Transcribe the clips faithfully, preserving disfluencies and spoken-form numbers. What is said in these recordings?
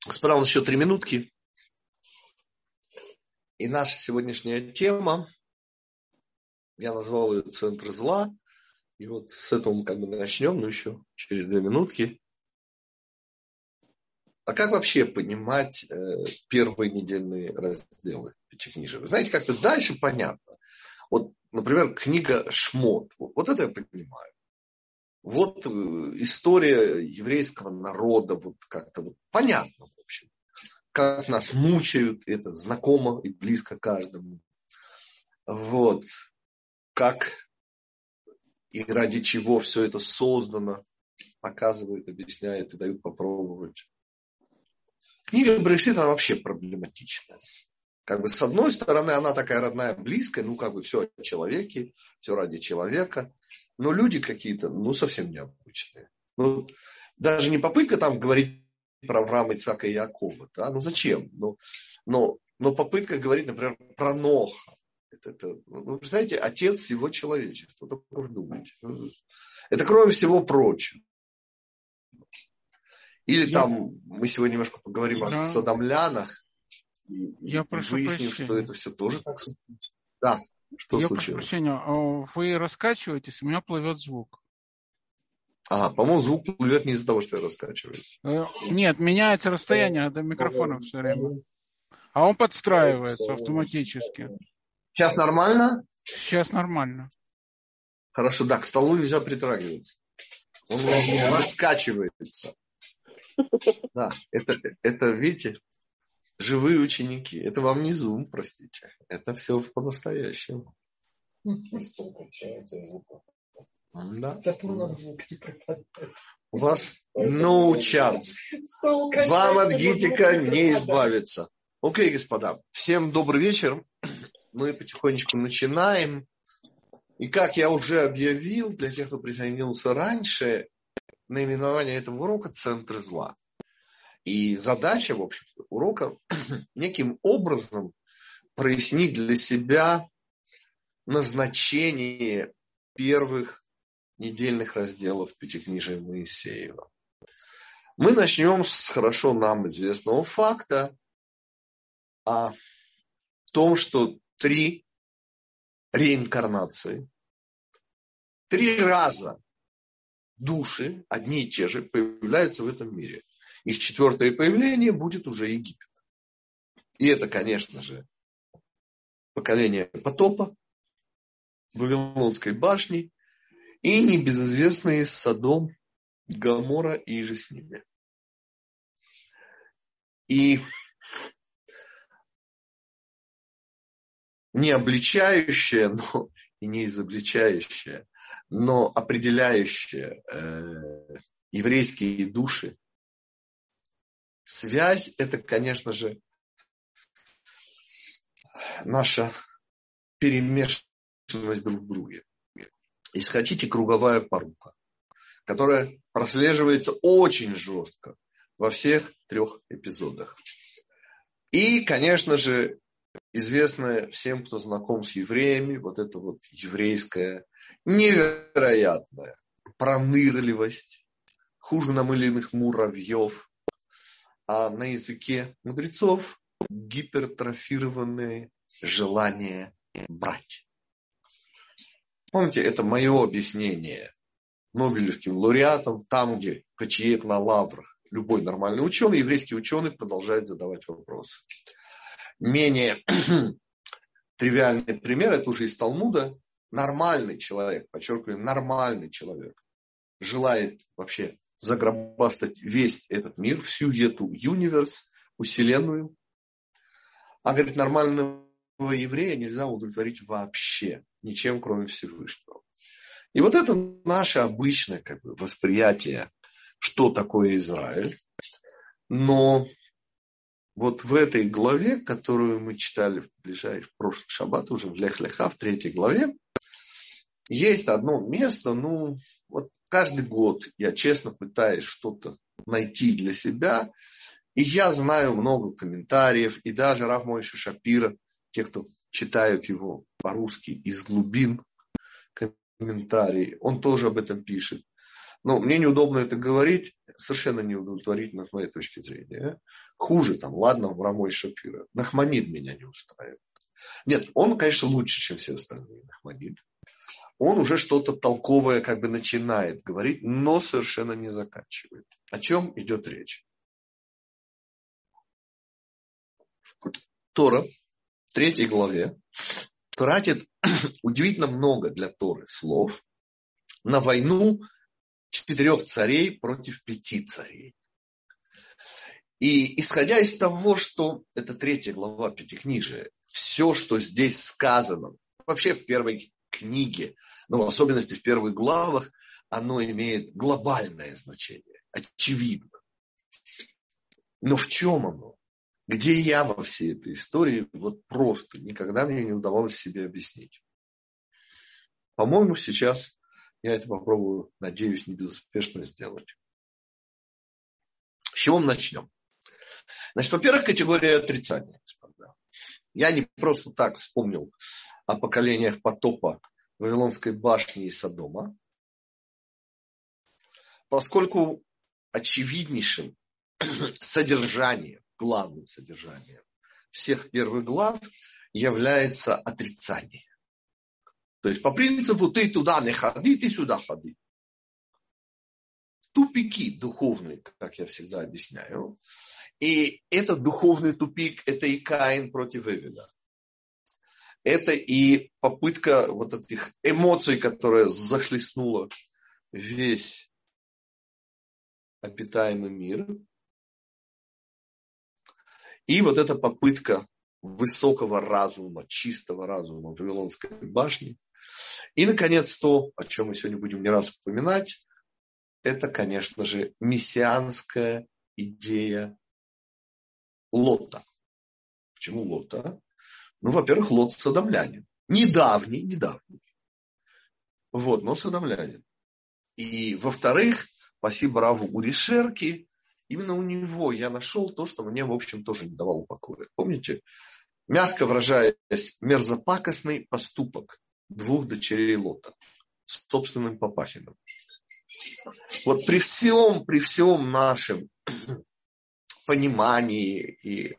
Справа еще три минутки. И наша сегодняшняя тема, я назвал ее «Центр зла». И вот с этого мы как бы начнем, ну еще через две минутки. А как вообще понимать э, первые недельные разделы Пятикнижия? Вы знаете, как-то дальше понятно. Вот, например, книга «Шмот». Вот это я понимаю. Вот э, история еврейского народа, вот как-то вот понятно, в общем. Как нас мучают, это знакомо и близко каждому. Вот. Как и ради чего все это создано, показывают, объясняют и дают попробовать. Книга Брешит, она вообще проблематичная. Как бы с одной стороны, она такая родная, близкая, ну как бы все о человеке, все ради человека. Но люди какие-то, ну совсем необычные. Ну, даже не попытка там говорить про Авраама, Ицхака и Иакова. Да? Ну зачем? Ну, но, но попытка говорить, например, про Ноха. Это, это, ну, вы знаете, отец всего человечества. Что вы думаете? Это кроме всего прочего. Или Я... там мы сегодня немножко поговорим да. о содомлянах и, Я и прошу выясним, прощения. что это все тоже так. Да, что Я случилось? прошу прощения, вы раскачиваетесь, у меня плывет звук. А, по-моему, звук плывет не из-за того, что я раскачиваюсь. Нет, меняется расстояние до микрофона все время. А он подстраивается автоматически. Сейчас нормально? Сейчас нормально. Хорошо, да, к столу нельзя притрагиваться. Он раскачивается. Да, это, это, видите, живые ученики. Это вам не Zoom, простите. Это все по-настоящему. Да. Зато у нас звук не пропадает. У вас no chance. Вам от гитика не избавиться. Окей, господа. Всем добрый вечер. Мы потихонечку начинаем. И как я уже объявил, для тех, кто присоединился раньше, наименование этого урока «Центр зла». И задача, в общем-то, урока неким образом прояснить для себя назначение первых недельных разделов Пятикнижия Моисеева. Мы начнем с хорошо нам известного факта о том, что три реинкарнации, три раза души, одни и те же, появляются в этом мире. Их четвертое появление будет уже Египет. И это, конечно же, поколение потопа, Вавилонской башни и небезызвестные Содом, Гоморра и же с ними. И не обличающее, но и не изобличающее, но определяющее э, еврейские души. Связь – это, конечно же, наша перемешанность друг в друге. Если хотите, круговая порука, которая прослеживается очень жестко во всех трех эпизодах. И, конечно же, известная всем, кто знаком с евреями, вот эта вот еврейская невероятная пронырливость, хуже намыленных муравьев, а на языке мудрецов гипертрофированные желания брать. Помните, это мое объяснение нобелевским лауреатам, там, где кочует на лаврах любой нормальный ученый, еврейский ученый продолжает задавать вопросы. Менее тривиальный пример, это уже из Талмуда. Нормальный человек, подчеркиваю, нормальный человек, желает вообще загробастать весь этот мир, всю эту universe, вселенную. А, говорит, нормального еврея нельзя удовлетворить вообще ничем, кроме Всевышнего. И вот это наше обычное как бы, восприятие, что такое Израиль. Но вот в этой главе, которую мы читали в ближайший в прошлый шаббат, уже в Лех-Леха, в третьей главе, есть одно место, ну, вот каждый год я честно пытаюсь что-то найти для себя, и я знаю много комментариев, и даже Рав Мойше Шапира, те, кто читают его по-русски из глубин комментарии, он тоже об этом пишет. Но мне неудобно это говорить, совершенно неудовлетворительно с моей точки зрения. Хуже, там, ладно, Рамой Шапира. Нахманид меня не устраивает. Нет, он, конечно, лучше, чем все остальные, Нахманид. Он уже что-то толковое как бы начинает говорить, но совершенно не заканчивает. О чем идет речь? Тора в третьей главе тратит удивительно много для Торы слов на войну четырех царей против пяти царей. И исходя из того, что это третья глава Пятикнижия, все, что здесь сказано, вообще в первой книге, но в особенности в первых главах, оно имеет глобальное значение, очевидно. Но в чем оно? Где я во всей этой истории? Вот просто никогда мне не удавалось себе объяснить. По-моему, сейчас я это попробую, надеюсь, не безуспешно сделать. С чего мы начнем? Значит, во-первых, категория отрицания, господа. Я не просто так вспомнил о поколениях потопа Вавилонской башни и Содома, поскольку очевиднейшим содержанием, главным содержанием всех первых глав является отрицание. То есть по принципу ты туда не ходи, ты сюда ходи. Тупики духовные, как я всегда объясняю. И этот духовный тупик, это и Каин против Эведа. Это и попытка вот этих эмоций, которая захлестнула весь обитаемый мир. И вот эта попытка высокого разума, чистого разума Вавилонской башни. И, наконец, то, о чем мы сегодня будем не раз вспоминать, это, конечно же, мессианская идея Лота. Почему Лота? Ну, во-первых, Лот содомлянин. Недавний, недавний. Вот, но содомлянин. И, во-вторых, спасибо Раву Уришерки, именно у него я нашел то, что мне, в общем, тоже не давало покоя. Помните? Мягко выражаясь, мерзопакостный поступок двух дочерей Лота с собственным Папахиным. Вот при всем, при всем нашем понимании и,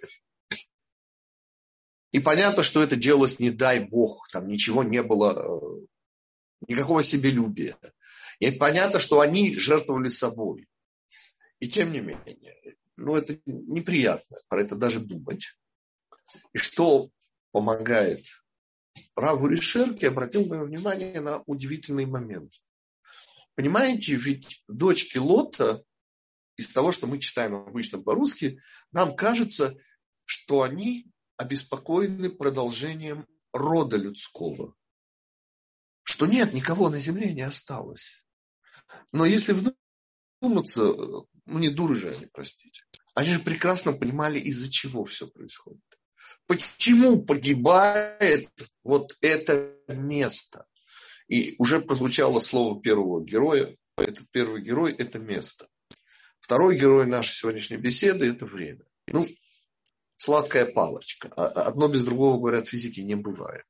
и понятно, что это делалось не дай бог, там ничего не было, никакого себелюбия. И понятно, что они жертвовали собой. И тем не менее, ну это неприятно про это даже думать. И что помогает Раву Уришерки, обратил мое внимание на удивительный момент. Понимаете, ведь дочки Лота, из того, что мы читаем обычно по-русски, нам кажется, что они обеспокоены продолжением рода людского. Что нет, никого на земле не осталось. Но если вдуматься, ну не дуры же они, простите. Они же прекрасно понимали, из-за чего все происходит. Почему погибает вот это место? И уже прозвучало слово первого героя. Этот первый герой – это место. Второй герой нашей сегодняшней беседы – это время. Ну, сладкая палочка. Одно без другого, говорят, физики не бывает.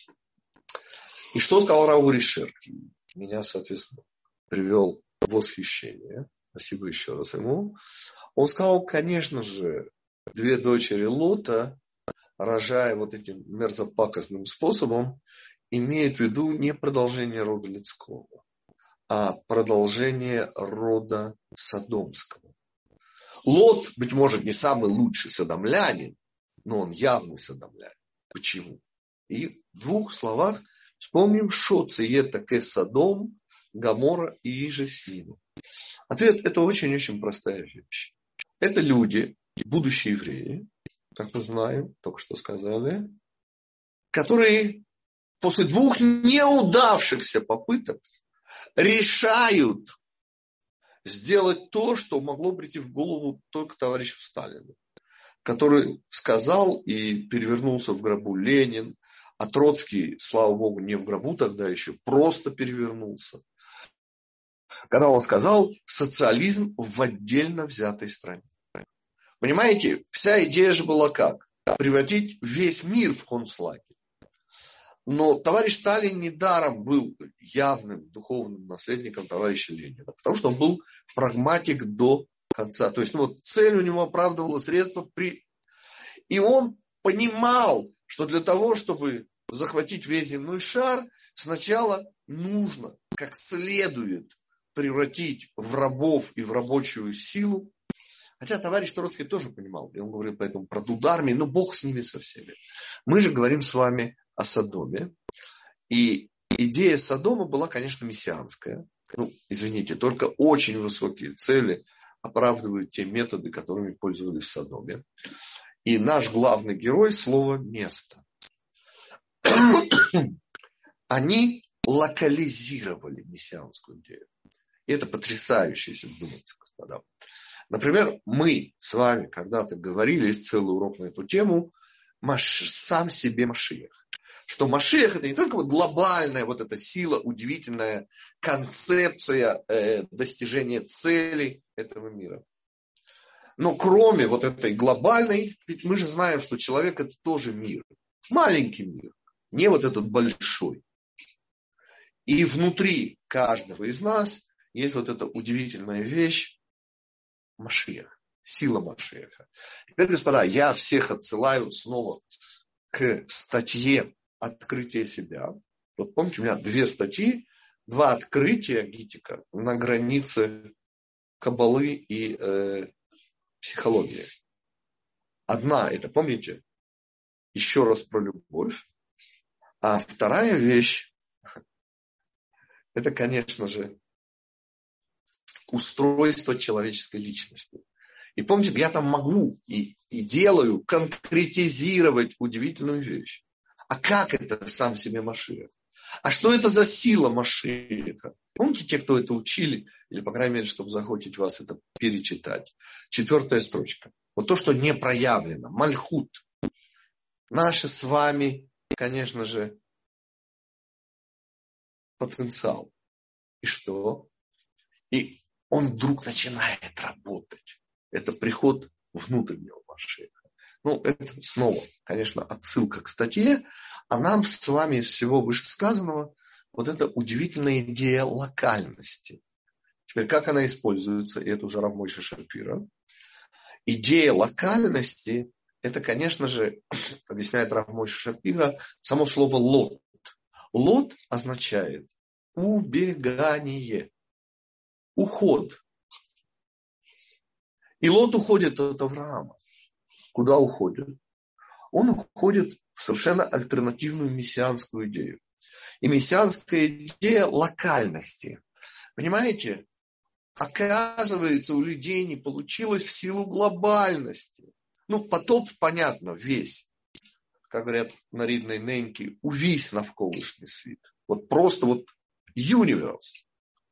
И что сказал Рав Уришерки? Меня, соответственно, привел в восхищение. Спасибо еще раз ему. Он сказал, конечно же, две дочери Лота, рожая вот этим мерзопакостным способом, имеют в виду не продолжение рода людского, а продолжение рода содомского. Лот, быть может, не самый лучший содомлянин, но он явный содомлянин. Почему? И в двух словах вспомним, что циета ке Содом, Гоморра и иже с ними. Ответ – это очень-очень простая вещь. Это люди, будущие евреи, как мы знаем, только что сказали, которые после двух неудавшихся попыток решают сделать то, что могло прийти в голову только товарищу Сталину, который сказал и перевернулся в гробу Ленин, а Троцкий, слава богу, не в гробу тогда еще, просто перевернулся. Когда он сказал социализм в отдельно взятой стране. Понимаете, вся идея же была как? Превратить весь мир в концлагерь. Но товарищ Сталин недаром был явным духовным наследником товарища Ленина, потому что он был прагматик до конца. То есть ну, вот цель у него оправдывала средства. При... И он понимал, что для того, чтобы захватить весь земной шар, сначала нужно как следует превратить в рабов и в рабочую силу. Хотя товарищ Троцкий тоже понимал, и он говорил поэтому про труд армии, но Бог с ними со всеми. Мы же говорим с вами о Содоме. И идея Содома была, конечно, мессианская. Ну, извините, только очень высокие цели оправдывают те методы, которыми пользовались в Содоме. И наш главный герой – слово «место». Они локализировали мессианскую идею. И это потрясающе, если вдуматься, господа. Например, мы с вами когда-то говорили, есть целый урок на эту тему, Маш, сам себе Машиах. Что Машиах это не только вот глобальная вот эта сила, удивительная концепция э, достижения целей этого мира. Но кроме вот этой глобальной, ведь мы же знаем, что человек это тоже мир. Маленький мир, не вот этот большой. И внутри каждого из нас есть вот эта удивительная вещь, Машиах, сила Машиаха. Теперь, господа, я всех отсылаю снова к статье «Открытие себя». Вот помните, у меня две статьи, два открытия Гитика на границе каббалы и э, психологии. Одна, это помните, еще раз про любовь. А вторая вещь, это, конечно же, устройство человеческой личности. И помните, я там могу и, и делаю конкретизировать удивительную вещь. А как это сам себе Машиах? А что это за сила Машиаха? Помните те, кто это учили, или, по крайней мере, чтобы захотеть вас это перечитать? Четвертая строчка. Вот то, что не проявлено. Мальхут. Наши с вами, конечно же, потенциал. И что? И он вдруг начинает работать. Это приход внутреннего Машиаха. Ну, это снова, конечно, отсылка к статье. А нам с вами из всего вышесказанного вот эта удивительная идея локальности. Теперь, как она используется, и это уже Рав Мойше Шапира. Идея локальности, это, конечно же, объясняет Рав Мойше Шапира, само слово «лот». «Лот» означает убегание. Уход. И Лот уходит от Авраама. Куда уходит? Он уходит в совершенно альтернативную мессианскую идею. И мессианская идея локальности. Понимаете? Оказывается, у людей не получилось в силу глобальности. Ну, потоп, понятно, весь. Как говорят на рідній неньки, увесь навколишній світ. Вот просто вот universe.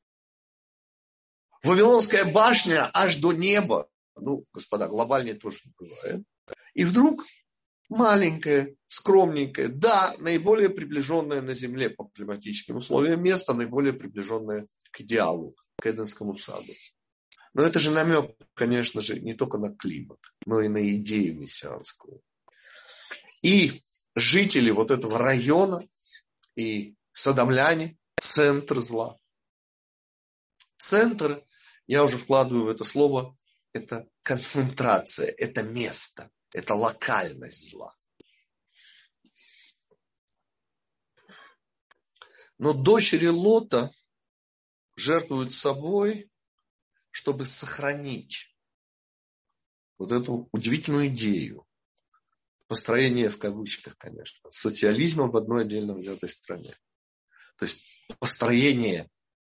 Вавилонская башня аж до неба. Ну, господа, глобальнее тоже не бывает. И вдруг маленькое, скромненькое, да, наиболее приближенное на Земле по климатическим условиям место, наиболее приближенное к идеалу, к Эденскому саду. Но это же намек, конечно же, не только на климат, но и на идею мессианскую. И жители вот этого района и содомляне – центр зла. Центр, я уже вкладываю в это слово, это концентрация, это место, это локальность зла. Но дочери Лота жертвуют собой, чтобы сохранить вот эту удивительную идею. Построение в кавычках, конечно, социализма в одной отдельно взятой стране. То есть построение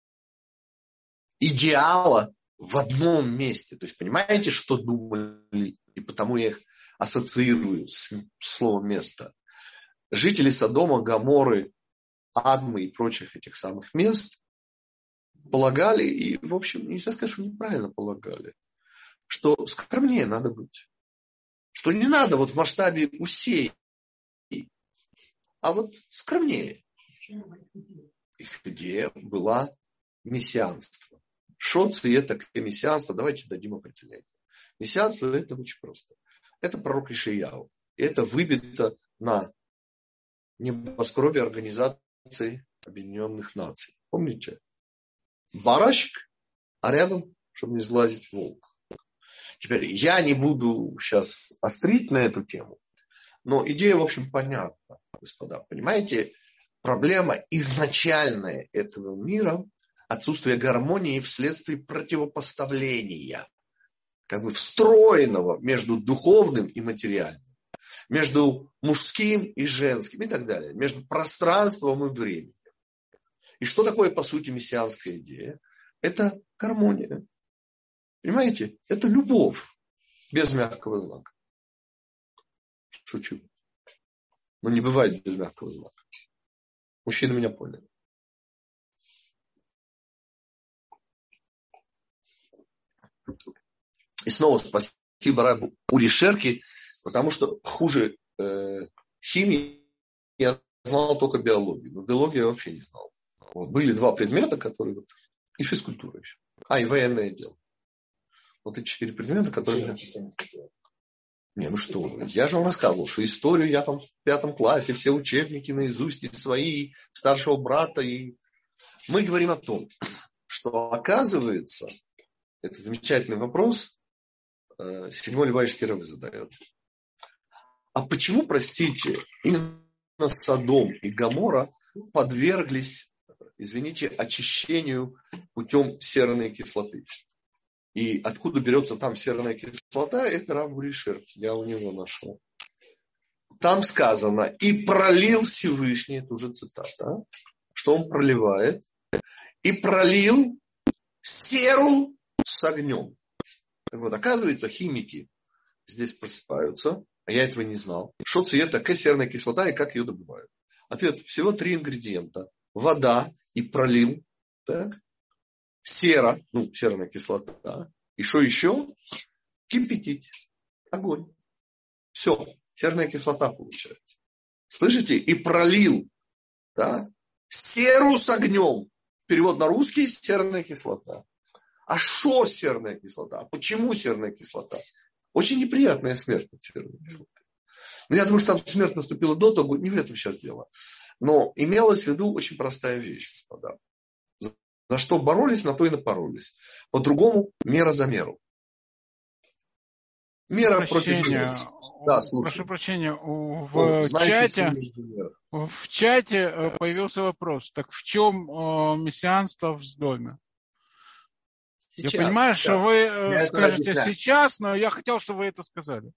идеала в одном месте. То есть понимаете, что думали, и потому я их ассоциирую с словом место. Жители Содома, Гоморры, Адмы и прочих этих самых мест полагали, и, в общем, нельзя сказать, что неправильно полагали, что скромнее надо быть. Что не надо вот в масштабе усей, а вот скромнее. Их идея была мессианство. Шоци это мессианство, давайте дадим определение. Мессианство это очень просто. Это пророк Ишаяу. И это выбито на небоскребе Организации Объединенных Наций. Помните? Барашек, а рядом, чтобы не сглазить, волк. Теперь я не буду сейчас острить на эту тему, но идея, в общем, понятна, господа. Понимаете, проблема изначальная этого мира – отсутствие гармонии вследствие противопоставления, как бы встроенного между духовным и материальным, между мужским и женским и так далее, между пространством и временем. И что такое, по сути, мессианская идея? Это гармония. Понимаете? Это любовь без мягкого знака. Шучу. Но не бывает без мягкого знака. Мужчины меня поняли. И снова спасибо Рабу Ури Шерки, потому что хуже э, химии я знал только биологию. Но биологию я вообще не знал. Вот. Были два предмета, которые... И физкультура еще. А, и военное дело. Вот эти четыре предмета, которые... Не, ну что вы. Я же вам рассказывал, что историю я там в пятом классе, все учебники наизусть, и свои, старшего брата. И... Мы говорим о том, что оказывается, это замечательный вопрос, седьмой Любавичский Рэбе задает. А почему, простите, именно Содом и Гоморра подверглись, извините, очищению путем серной кислоты? И откуда берется там серная кислота, это Рав Ури Шерки. Я у него нашел. Там сказано, и пролил Всевышний, это уже цитата, что он проливает, и пролил серу с огнем. Так вот, оказывается, химики здесь просыпаются, а я этого не знал. Что цвет такая серная кислота и как ее добывают? Ответ, всего три ингредиента. Вода и пролил, так? Сера, ну, серная кислота. И что еще? Кипятить. Огонь. Все, серная кислота получается. Слышите? И пролил, да? Серу с огнем. Перевод на русский – серная кислота. А что серная кислота? Почему серная кислота? Очень неприятная смерть от серной кислоты. Но я думаю, что там смерть наступила до того, не в этом сейчас дело. Но имелась в виду очень простая вещь, господа. За что боролись, на то и напоролись. По-другому мера за меру. Мера против меры. Да, прошу прощения, в, вот, чате, в чате появился вопрос. Так в чем э, мессианство в Сдоме? Сейчас, я понимаю, сейчас. Что вы я скажете сейчас, но я хотел, чтобы вы это сказали.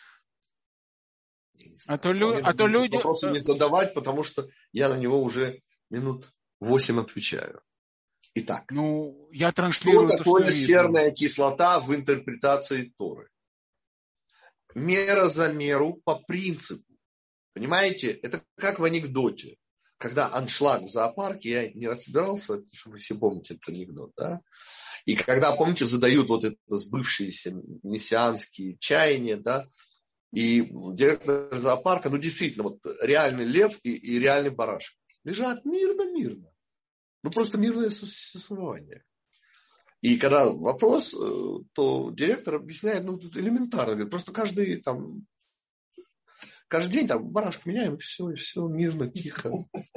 А то, лю... а то люди... Вопросы не задавать, потому что я на него уже минут восемь отвечаю. Итак, ну, я транслирую что то, такое что серная кислота в интерпретации Торы? Мера за меру по принципу. Понимаете? Это как в анекдоте. Когда аншлаг в зоопарке, я не разбирался, чтобы вы все помните этот анекдот, да? И когда, помните, задают вот это сбывшиеся мессианские чаяния, да, и директор зоопарка, ну, действительно, вот реальный лев и, и реальный барашек лежат мирно-мирно. Ну, просто мирное существование. И когда вопрос, то директор объясняет, ну, тут элементарно, говорит, просто каждый там, каждый день там барашек меняем, и все, и все, мирно, тихо.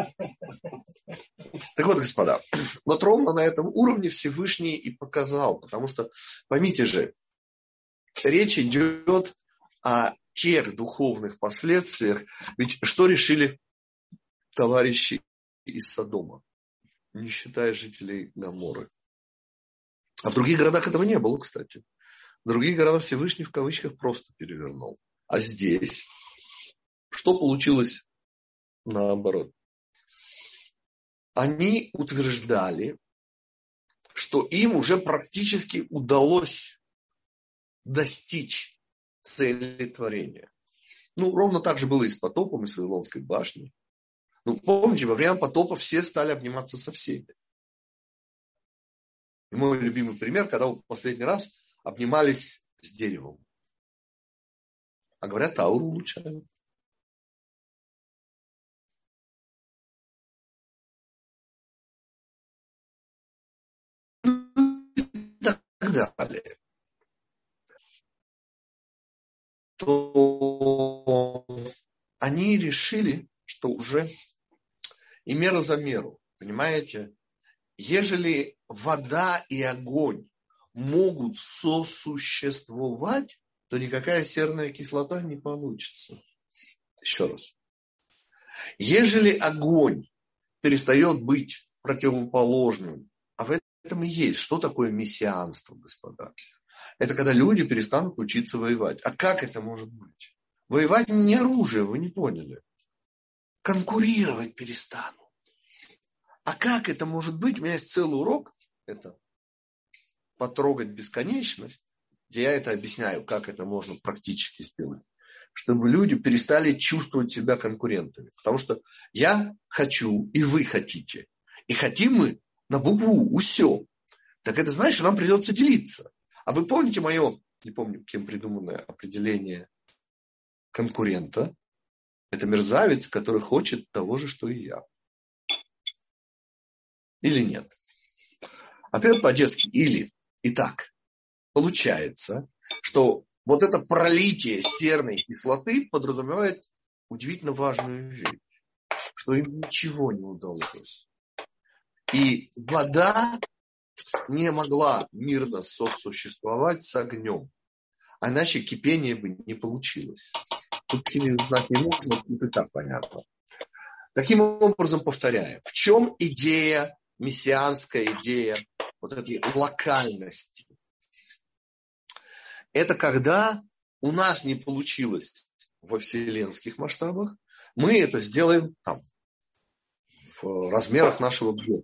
Так вот, господа, вот ровно на этом уровне Всевышний и показал, потому что, поймите же, речь идет о тех духовных последствиях. Ведь что решили товарищи из Содома, не считая жителей Гоморры? А в других городах этого не было, кстати. В других городах Всевышний в кавычках просто перевернул. А здесь что получилось наоборот? Они утверждали, что им уже практически удалось достичь цели творения. Ну, ровно так же было и с потопом, и с Вавилонской башней. Ну, помните, во время потопа все стали обниматься со всеми. И мой любимый пример, когда в последний раз обнимались с деревом. А говорят, ауру улучшают. И так далее. То они решили, что уже и мера за меру, понимаете? Ежели вода и огонь могут сосуществовать, то никакая серная кислота не получится. Еще раз. Ежели огонь перестает быть противоположным, а в этом и есть, что такое мессианство, господа? Это когда люди перестанут учиться воевать. А как это может быть? Воевать не оружие, вы не поняли. Конкурировать перестанут. А как это может быть? У меня есть целый урок. Это потрогать бесконечность, где я это объясняю, как это можно практически сделать. Чтобы люди перестали чувствовать себя конкурентами. Потому что я хочу, и вы хотите. И хотим мы на букву «усё». Так это значит, что нам придется делиться. А вы помните мое, не помню, кем придуманное определение конкурента? Это мерзавец, который хочет того же, что и я. Или нет? Ответ по-детски. Или. Итак, получается, что вот это пролитие серной кислоты подразумевает удивительно важную вещь, что им ничего не удалось. И вода не могла мирно сосуществовать с огнем. А иначе кипение бы не получилось. Тут знать не нужно, тут и так понятно. Таким образом, повторяю, в чем идея, мессианская идея вот этой локальности? Это когда у нас не получилось во вселенских масштабах, мы это сделаем там, в размерах нашего блока.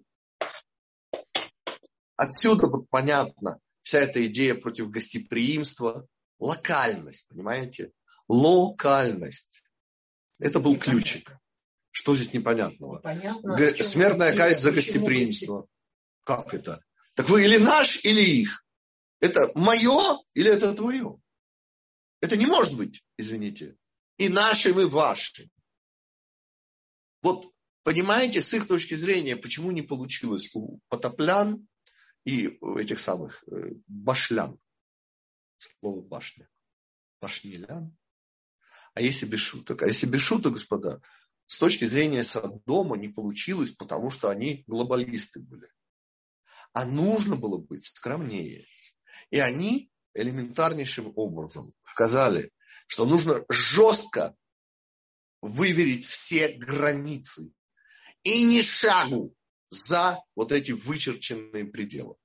Отсюда вот понятно вся эта идея против гостеприимства. Локальность, понимаете? Локальность. Это был ключик. Что здесь непонятного? Понятно, Г- смертная казнь за гостеприимство. Как это? Так вы или наш, или их. Это мое или это твое? Это не может быть, извините. И нашим, и вашим. Вот понимаете, с их точки зрения, почему не получилось у потоплян и у этих самых э, башлян. Слово башня. Башнилян. А если без шуток? А если без шуток, господа, с точки зрения Содома не получилось, потому что они глобалисты были. А нужно было быть скромнее. И они элементарнейшим образом сказали, что нужно жестко выверить все границы. И ни шагу за вот эти вычерченные пределы.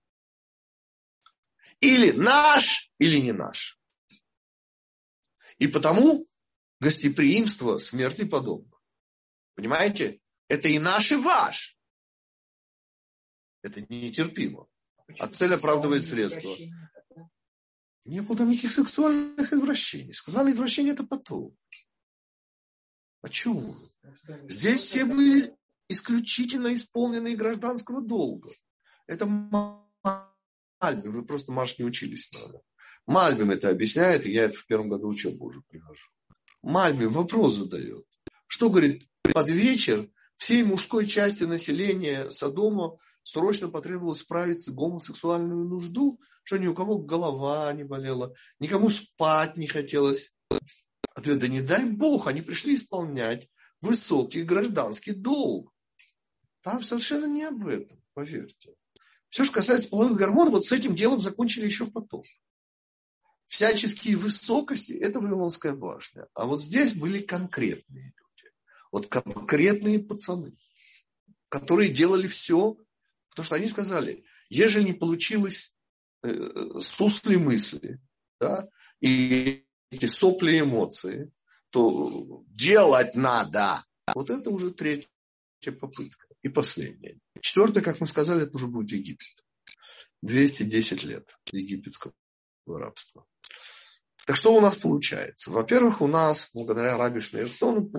Или наш, или не наш. И потому гостеприимство смерти подобно. Понимаете? Это и наш, и ваш. Это нетерпимо. А цель оправдывает средства. Не было там никаких сексуальных извращений. Сексуальные извращения это потом. Почему? Здесь все были исключительно исполненные гражданского долга. Это Мальбим. Вы просто, Маш, не учились надо. Мальбим это объясняет, и я это в первом году учебы уже прихожу. Мальбим вопрос задает. Что, говорит, под вечер всей мужской части населения Содома срочно потребовалось справиться гомосексуальную нужду, что ни у кого голова не болела, никому спать не хотелось. Ответ, да не дай Бог, они пришли исполнять высокий гражданский долг. Там совершенно не об этом, поверьте. Все, что касается половых гормонов, вот с этим делом закончили еще потом. Всяческие высокости – это Вавилонская башня. А вот здесь были конкретные люди. Вот конкретные пацаны, которые делали все, потому что они сказали, ежели не получилось э, сусли мысли, да, и эти сопли эмоции, то делать надо. Вот это уже третья попытка. И последняя. Четвертое, как мы сказали, это уже будет Египет. двести десять лет египетского рабства. Так что у нас получается? Во-первых, у нас, благодаря Раби Шнеерсону,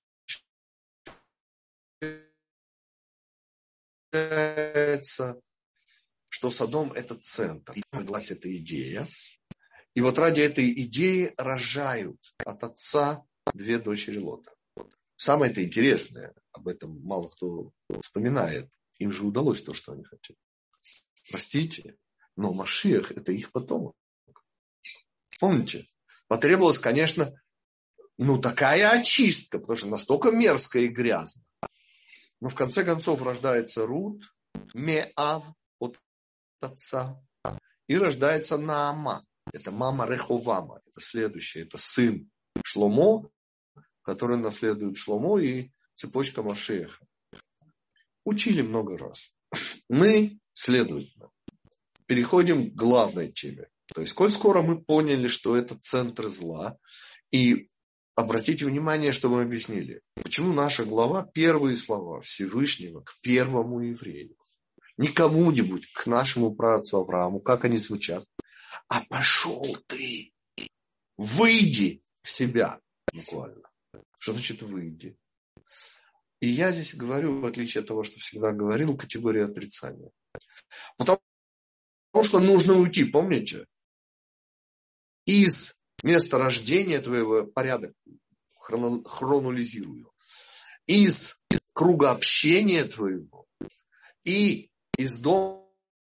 получается, что Содом – это центр. И родилась эта идея. И вот ради этой идеи рожают от отца две дочери Лота. Самое-то интересное, об этом мало кто вспоминает, им же удалось то, что они хотели. Простите, но Машиах – это их потомок. Помните? Потребовалось, конечно, Ну, такая очистка, потому что настолько мерзко и грязно. Но в конце концов рождается Рут, Меав от отца, и рождается Наама. Это мама Реховама, это следующее, это сын Шломо, который наследует Шломо и цепочка Машеха. Учили много раз. Мы, следовательно, переходим к главной теме. То есть, коль скоро мы поняли, что это центр зла, и обратите внимание, что мы объяснили. Почему наша глава, первые слова Всевышнего к первому еврею. Не кому-нибудь, к нашему праотцу Аврааму, как они звучат. А пошел ты, выйди в себя, буквально. Что значит выйди? И я здесь говорю, в отличие от того, что всегда говорил, категория отрицания. Потому что нужно уйти, помните? Из места рождения твоего, порядок хронолизирую, из, из круга общения твоего и из дома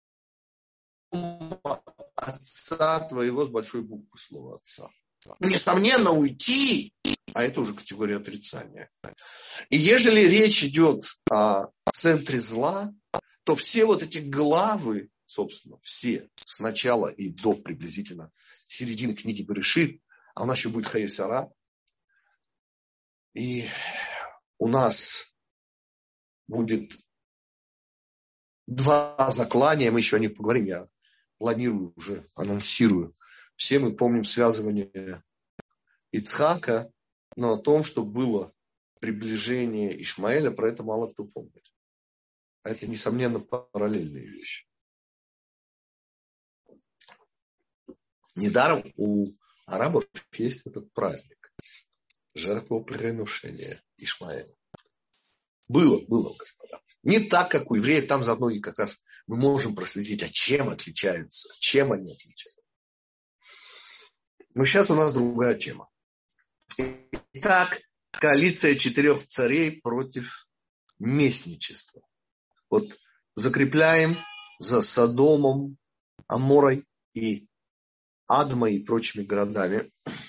отца твоего с большой буквы слова отца. Несомненно, уйти, а это уже категория отрицания. И ежели речь идет о центре зла, то все вот эти главы, собственно, все, с начала и до приблизительно середины книги Берешит, а у нас еще будет Хаей Сара, и у нас будет два заклания, мы еще о них поговорим, я планирую уже, анонсирую. Все мы помним связывание Ицхака, но о том, что было приближение Ишмаэля, про это мало кто помнит. А это, несомненно, параллельные вещи. Недаром у арабов есть этот праздник. Жертвоприношение Ишмаэля. Было, было, господа. Не так, как у евреев, там заодно и как раз мы можем проследить, а чем отличаются, чем они отличаются. Но сейчас у нас другая тема. Итак, коалиция четырех царей против местничества. Вот закрепляем за Содомом, Аморой и Адмой и прочими городами.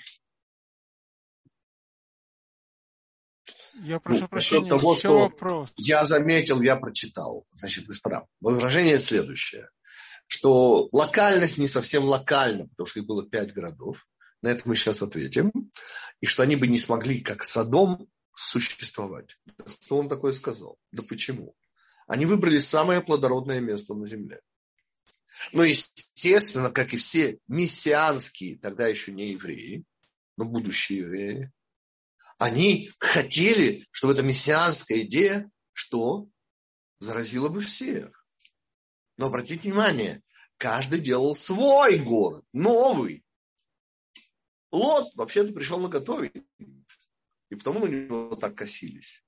Я прошу ну, прощения, того, еще что вопрос. Я заметил, я прочитал. Значит, господа, возражение следующее. Что локальность не совсем локальна, потому что их было пять городов. На это мы сейчас ответим. И что они бы не смогли, как Содом, существовать. Что он такое сказал? Да почему? Они выбрали самое плодородное место на земле. Но, естественно, как и все мессианские, тогда еще не евреи, но будущие евреи, они хотели, чтобы эта мессианская идея, что заразила бы всех. Но обратите внимание, каждый делал свой город, новый. Лот вообще-то пришел наготове. И потому на него так косились.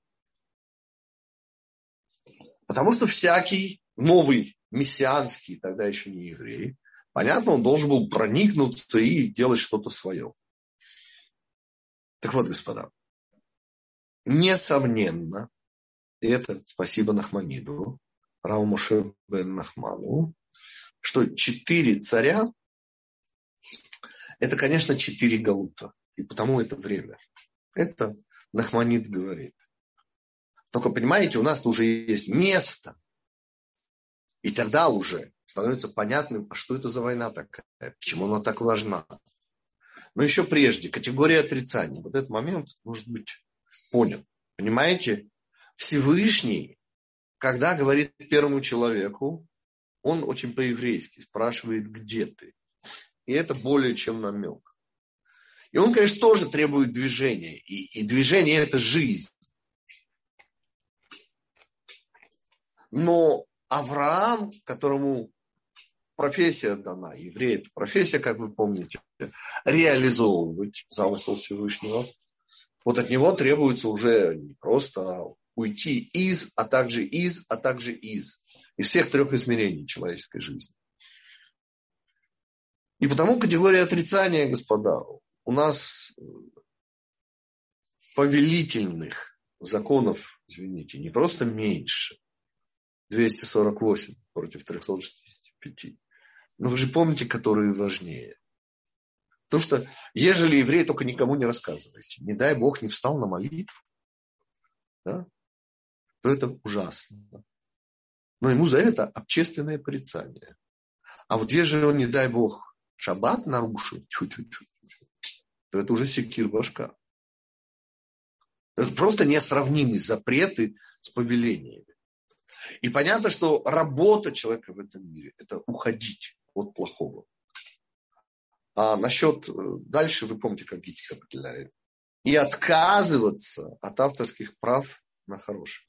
Потому что всякий новый мессианский, тогда еще не еврей, понятно, он должен был проникнуться и делать что-то свое. Так вот, господа, несомненно, и это спасибо Нахманиду, Рав Моше бен Нахману, что четыре царя это, конечно, четыре галута. И потому это время. Это Нахманид говорит. Только, понимаете, у нас уже есть место. И тогда уже становится понятным, а что это за война такая, почему она так важна. Но еще прежде, категория отрицания. Вот этот момент может быть понят. Понимаете, Всевышний, когда говорит первому человеку, он очень по-еврейски спрашивает, где ты? И это более чем намек. И он, конечно, тоже требует движения. И, и движение – это жизнь. Но Авраам, которому профессия дана, еврей – это профессия, как вы помните, реализовывать замысел Всевышнего. Вот от него требуется уже не просто уйти из, а также из, а также из. Из всех трех измерений человеческой жизни. И потому категория отрицания, господа, у нас повелительных законов, извините, не просто меньше, двести сорок восемь против триста шестьдесят пять, но вы же помните, которые важнее. Потому что, ежели еврей, только никому не рассказывайте, не дай Бог, не встал на молитву, да, то это ужасно. Но ему за это общественное порицание. А вот ежели он, не дай Бог, шаббат нарушил, тьфу-тьфу-тьфу, то это уже секир башка. Это просто несравнимые запреты с повелениями. И понятно, что работа человека в этом мире – это уходить от плохого. А насчет дальше, вы помните, как Гитих определяет. И отказываться от авторских прав на хорошее.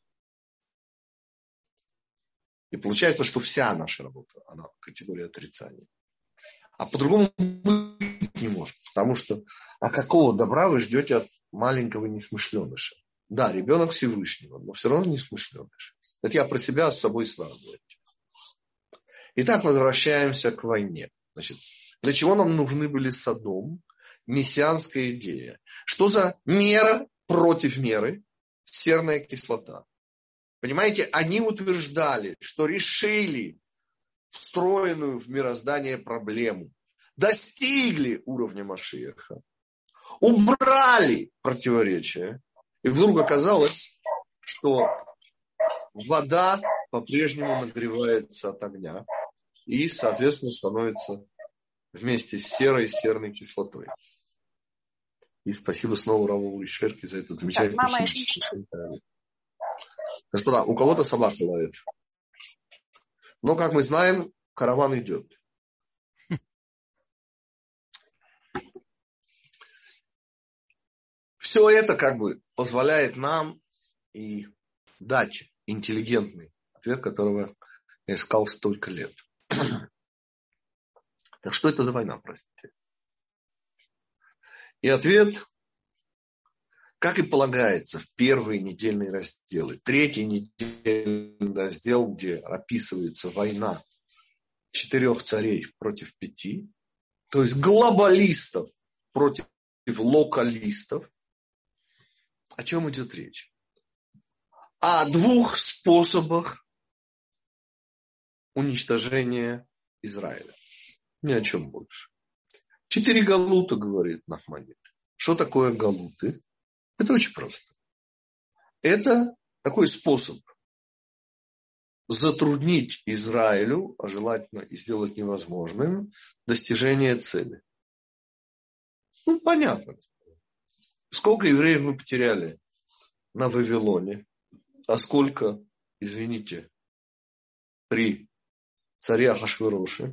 И получается, что вся наша работа, она категория отрицания. А по-другому быть не может. Потому что, а какого добра вы ждете от маленького несмышленыша? Да, ребенок Всевышнего, но все равно несмышленыш. Это я про себя с собой сравниваю. Итак, возвращаемся к войне. Значит, для чего нам нужны были Содом? Мессианская идея. Что за мера против меры? Серная кислота. Понимаете, они утверждали, что решили встроенную в мироздание проблему, достигли уровня Машиаха, убрали противоречия, и вдруг оказалось, что вода по-прежнему нагревается от огня и, соответственно, становится вместе с серой серной кислотой. И спасибо снова Раву Ишерке за этот замечательный комментарий. Господа, у кого-то собака лает. Но, как мы знаем, караван идет. Все это как бы позволяет нам и дать интеллигентный ответ, которого я искал столько лет. Так что это за война, простите? И ответ, как и полагается, в первые недельные разделы. Третий недельный раздел, где описывается война четырех царей против пяти, то есть глобалистов против локалистов. О чем идет речь? О двух способах уничтожения Израиля. Ни о чем больше. Четыре галута, говорит Нахманит. Что такое галуты? Это очень просто. Это такой способ затруднить Израилю, а желательно и сделать невозможным, достижение цели. Ну, понятно. Сколько евреев мы потеряли на Вавилоне, а сколько, извините, при царе Ахашвероше,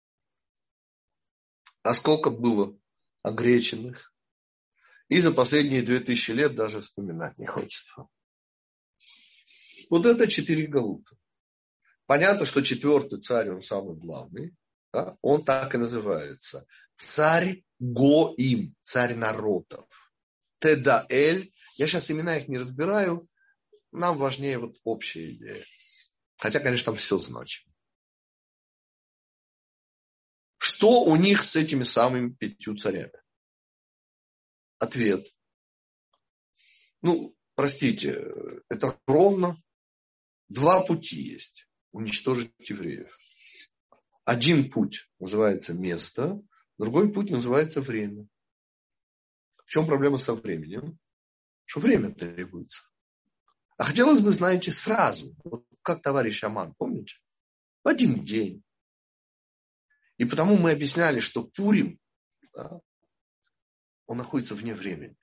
а сколько было огреченных. И за последние две тысячи лет даже вспоминать не хочется. Вот это четыре галута. Понятно, что четвертый царь, он самый главный. Да? Он так и называется. Царь Гоим, царь народов. Тедаэль. Я сейчас имена их не разбираю. Нам важнее вот общая идея. Хотя, конечно, там все значимо. Что у них с этими самыми пятью царями? Ответ. Ну, простите, это ровно два пути есть уничтожить евреев. Один путь называется место, другой путь называется время. В чем проблема со временем? Что время требуется. А хотелось бы, знаете, сразу, вот как товарищ Аман, помните? В один день. И потому мы объясняли, что Пурим, да, он находится вне времени.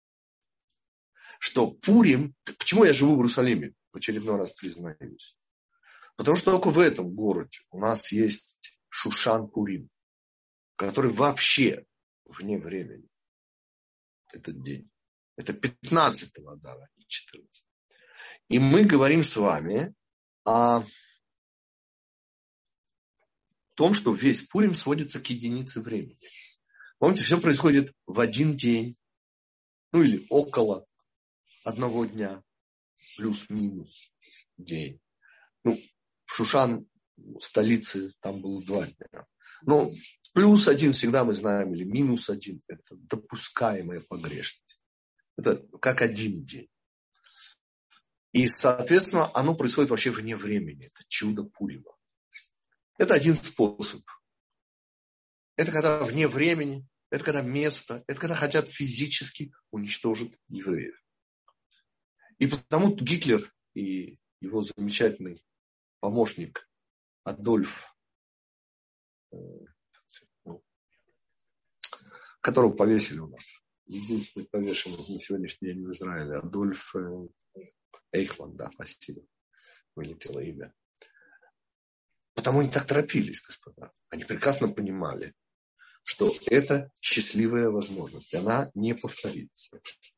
Что Пурим... Почему я живу в Иерусалиме? В очередной раз признаюсь. Потому что только в этом городе у нас есть Шушан Пурим, который вообще вне времени. Этот день. Это пятнадцатого Адара, не четырнадцатого. И мы говорим с вами о том, что весь Пурим сводится к единице времени. Помните, все происходит в один день, ну или около одного дня, плюс-минус день. Ну, в Шушан, в столице, там было два дня. Но плюс один всегда мы знаем, или минус один, это допускаемая погрешность. Это как один день. И, соответственно, оно происходит вообще вне времени. Это чудо Пурима. Это один способ. Это когда вне времени, это когда место, это когда хотят физически уничтожить евреев. И потому Гитлер и его замечательный помощник Адольф, которого повесили у нас, единственный повешенный на сегодняшний день в Израиле, Адольф Эйхман, да, спасибо, вылетело имя. Потому они так торопились, господа. Они прекрасно понимали, что это счастливая возможность, она не повторится.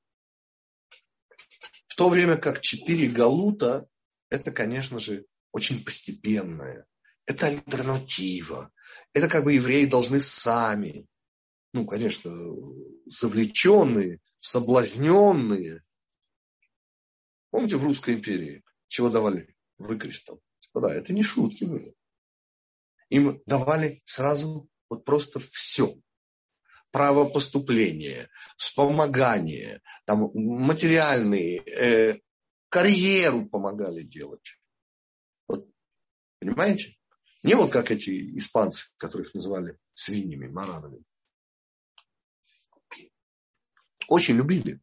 В то время как четыре галута, это, конечно же, очень постепенное. Это альтернатива. Это как бы евреи должны сами, ну, конечно, завлеченные, соблазненные. Помните, в Русской империи чего давали выкрестом? Да, это не шутки были. Им давали сразу вот просто все. Право поступления, вспомогание, там, материальные, э, карьеру помогали делать. Вот, понимаете? Не вот как эти испанцы, которых называли свиньями, маранами. Очень любили.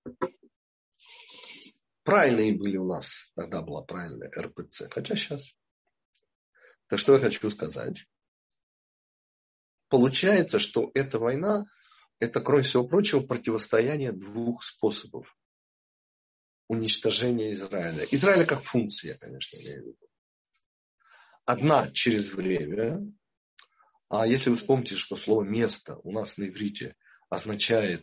Правильные были у нас. Тогда была правильная эр пэ цэ. Хотя сейчас. Так что я хочу сказать. Получается, что эта война, это, кроме всего прочего, противостояние двух способов уничтожения Израиля. Израиля как функция, конечно, имею в виду. Одна через время. А если вы вспомните, что слово «место» у нас на иврите означает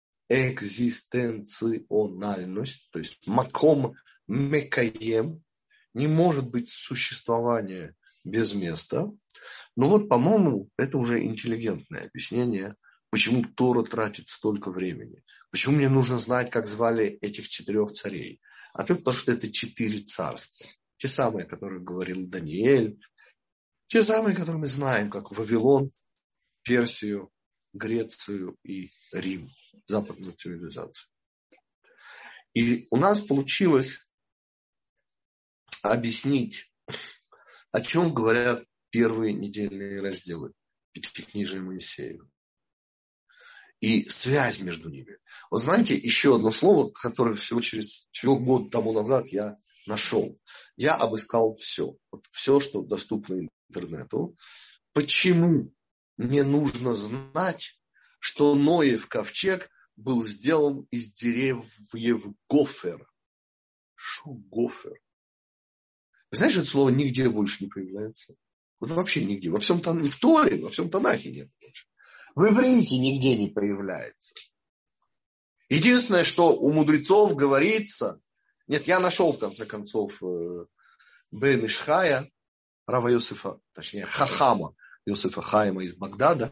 экзистенциональность, то есть маком мекаем, не может быть существования без места. Но вот, по-моему, это уже интеллигентное объяснение, почему Тора тратит столько времени. Почему мне нужно знать, как звали этих четырех царей. Ответ, потому что это четыре царства. Те самые, о которых говорил Даниэль. Те самые, которые мы знаем, как Вавилон, Персию, Грецию и Рим. Западную цивилизацию. И у нас получилось объяснить, о чем говорят первые недельные разделы Пятикнижия Моисеева. И связь между ними. Вот знаете, еще одно слово, которое всего через всего год тому назад я нашел. Я обыскал все. Вот все, что доступно интернету. Почему мне нужно знать, что Ноев ковчег был сделан из деревьев гофер? Шо гофер? Вы знаете, это слово нигде больше не появляется? Вот вообще нигде. Во всем Тан... в Торе, во всем Танахе нет больше. В иврите нигде не появляется. Единственное, что у мудрецов говорится, нет, я нашел в конце концов Бен Ишхая, Рава Йосефа, точнее Хахама Йосефа Хаима из Багдада.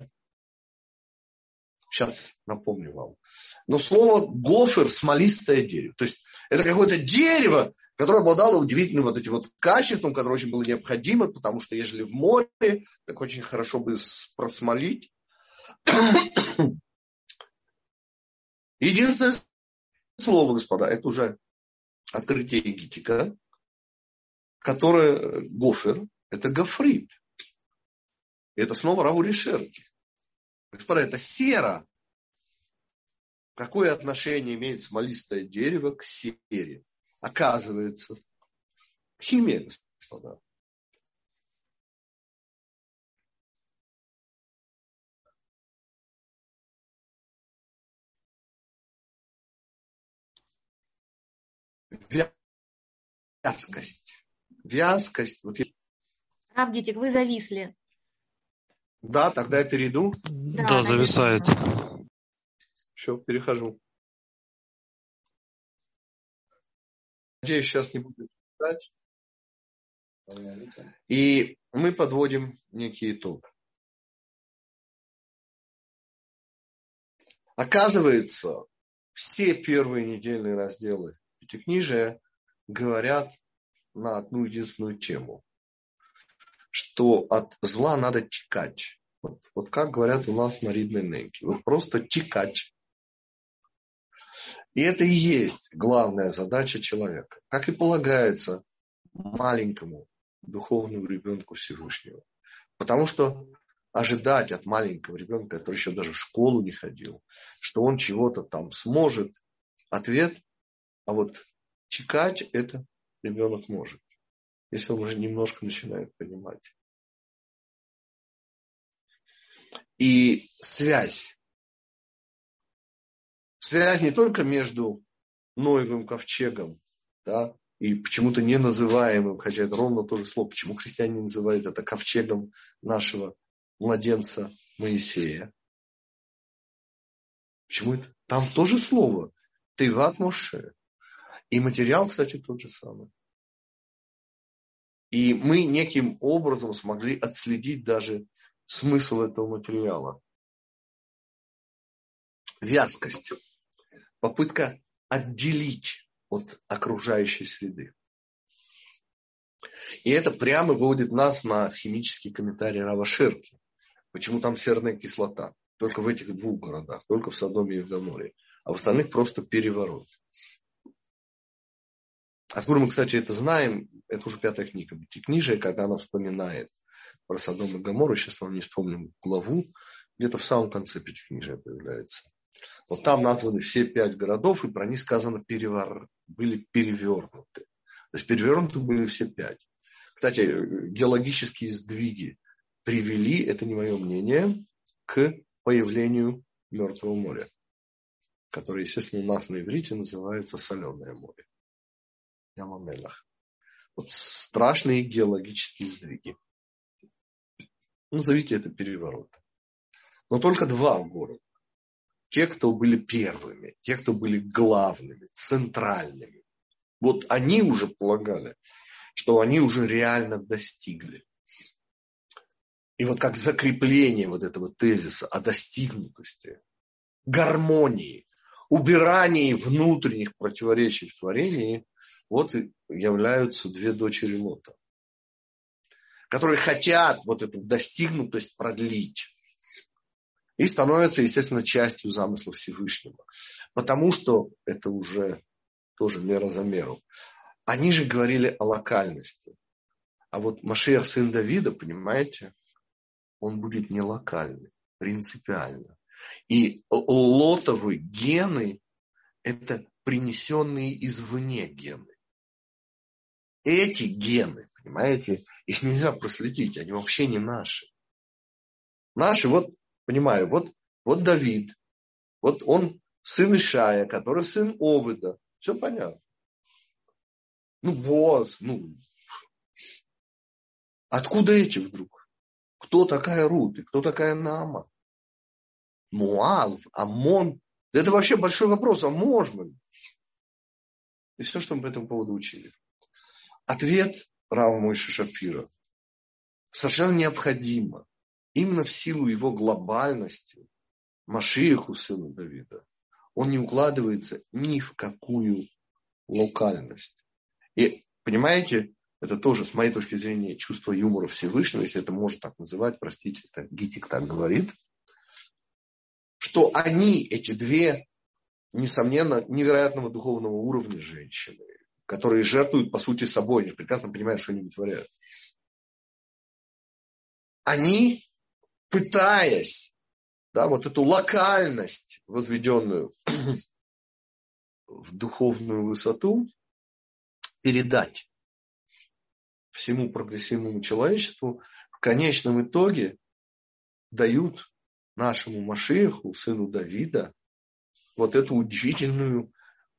Сейчас напомню вам. Но слово гофер – смолистое дерево. То есть это какое-то дерево, которое обладало удивительным вот этим вот качеством, которое очень было необходимо, потому что ежели в море, так очень хорошо бы просмолить. Единственное слово, господа, это уже открытие Гитика, которое гофер, это гофрит. Это снова Рав Ури Шерки. Господа, это сера. Какое отношение имеет смолистое дерево к сере? Оказывается, химия, господа. Вязкость. Вязкость. Вот я... Рав Гитик, вы зависли. Да, тогда я перейду. Да, да зависает. Все, перехожу. Надеюсь, сейчас не буду читать. И мы подводим некий итог. Оказывается, все первые недельные разделы Пятикнижия говорят на одну единственную тему. Что от зла надо текать. Вот, вот как говорят у нас на Ридной Ненке. Вот просто текать. И это и есть главная задача человека. Как и полагается маленькому духовному ребенку Всевышнего. Потому что ожидать от маленького ребенка, который еще даже в школу не ходил, что он чего-то там сможет. Ответ, а вот чекать это ребенок может, если он уже немножко начинает понимать. И связь. Связь не только между Ноевым ковчегом, да, и почему-то не называемым, хотя это ровно то же слово, почему христиане называют это ковчегом нашего младенца Моисея. Почему это? Там тоже слово. Тейват Моше. И материал, кстати, тот же самый. И мы неким образом смогли отследить даже смысл этого материала. Вязкость. Попытка отделить от окружающей среды. И это прямо выводит нас на химический комментарий Рава Ширки. Почему там серная кислота? Только в этих двух городах. Только в Содоме и в Гоморе. А в остальных просто переворот. Откуда мы, кстати, это знаем? Это уже пятая книга Бытикнижия, когда она вспоминает про Содом и Гоморру. Сейчас вам не вспомним главу. Где-то в самом конце Бытикнижия появляется. Вот там названы все пять городов, и про них сказано перевор... были перевернуты. То есть перевернуты были все пять. Кстати, геологические сдвиги привели, это не мое мнение, к появлению Мертвого моря, которое, естественно, у нас на иврите называется Соленое море. Ям-а-Мелах. Вот страшные геологические сдвиги. Назовите это переворотом. Но только два города. Те, кто были первыми, те, кто были главными, центральными. Вот они уже полагали, что они уже реально достигли. И вот как закрепление вот этого тезиса о достигнутости, гармонии, убирании внутренних противоречий в творении, вот и являются две дочери Лота, которые хотят вот эту достигнутость продлить. И становятся, естественно, частью замысла Всевышнего. Потому что это уже тоже мера за меру. Они же говорили о локальности. А вот Машиах, сын Давида, понимаете, он будет не локальный, принципиально. И лотовые гены – это принесенные извне гены. Эти гены, понимаете, их нельзя проследить, они вообще не наши. Наши, вот, понимаю, вот, вот Давид, вот он сын Ишая, который сын Овыда. Все понятно. Ну, Боаз, ну. Откуда эти вдруг? Кто такая Рут и кто такая Наама? Муав, Амон. Это вообще большой вопрос, а можно ли? И все, что мы по этому поводу учили. Ответ Рава Мойши Шапира. Совершенно необходимо. Именно в силу его глобальности Машиаху, сыну Давида, он не укладывается ни в какую локальность. И, понимаете, это тоже, с моей точки зрения, чувство юмора Всевышнего, если это можно так называть, простите, это Гитик так говорит, что они, эти две, несомненно, невероятного духовного уровня женщины, которые жертвуют, по сути, собой, они прекрасно понимают, что они вытворяют. Они, пытаясь, да, вот эту локальность, возведенную в духовную высоту, передать всему прогрессивному человечеству, в конечном итоге дают нашему Машиаху, сыну Давида, вот эту удивительную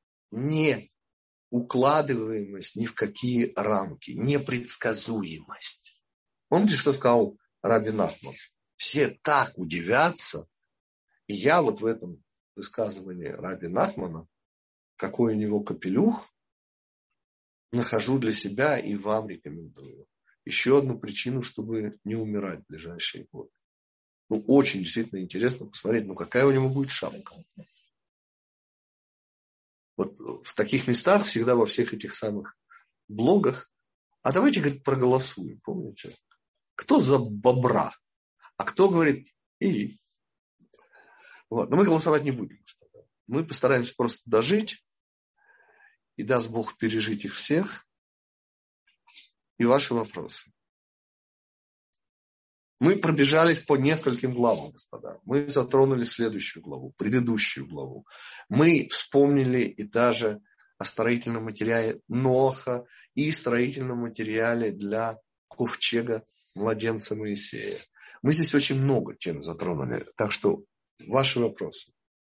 неукладываемость ни в какие рамки, непредсказуемость. Помните, что сказал Раби Нахман? Все так удивятся, и я вот в этом высказывании Раби Нахмана, какой у него капелюх, нахожу для себя и вам рекомендую. Еще одну причину, чтобы не умирать в ближайшие годы. Ну, очень действительно интересно посмотреть, ну, какая у него будет шапка. Вот в таких местах всегда во всех этих самых блогах. А давайте, говорит, проголосуем, помните? Кто за бобра? А кто говорит и. Вот. Но мы голосовать не будем, господа. Мы постараемся просто дожить. И даст Бог пережить их всех. И ваши вопросы. Мы пробежались по нескольким главам, господа. Мы затронули следующую главу, предыдущую главу. Мы вспомнили и даже о строительном материале Ноаха и строительном материале для ковчега младенца Моисея. Мы здесь очень много тем затронули. Так что ваши вопросы.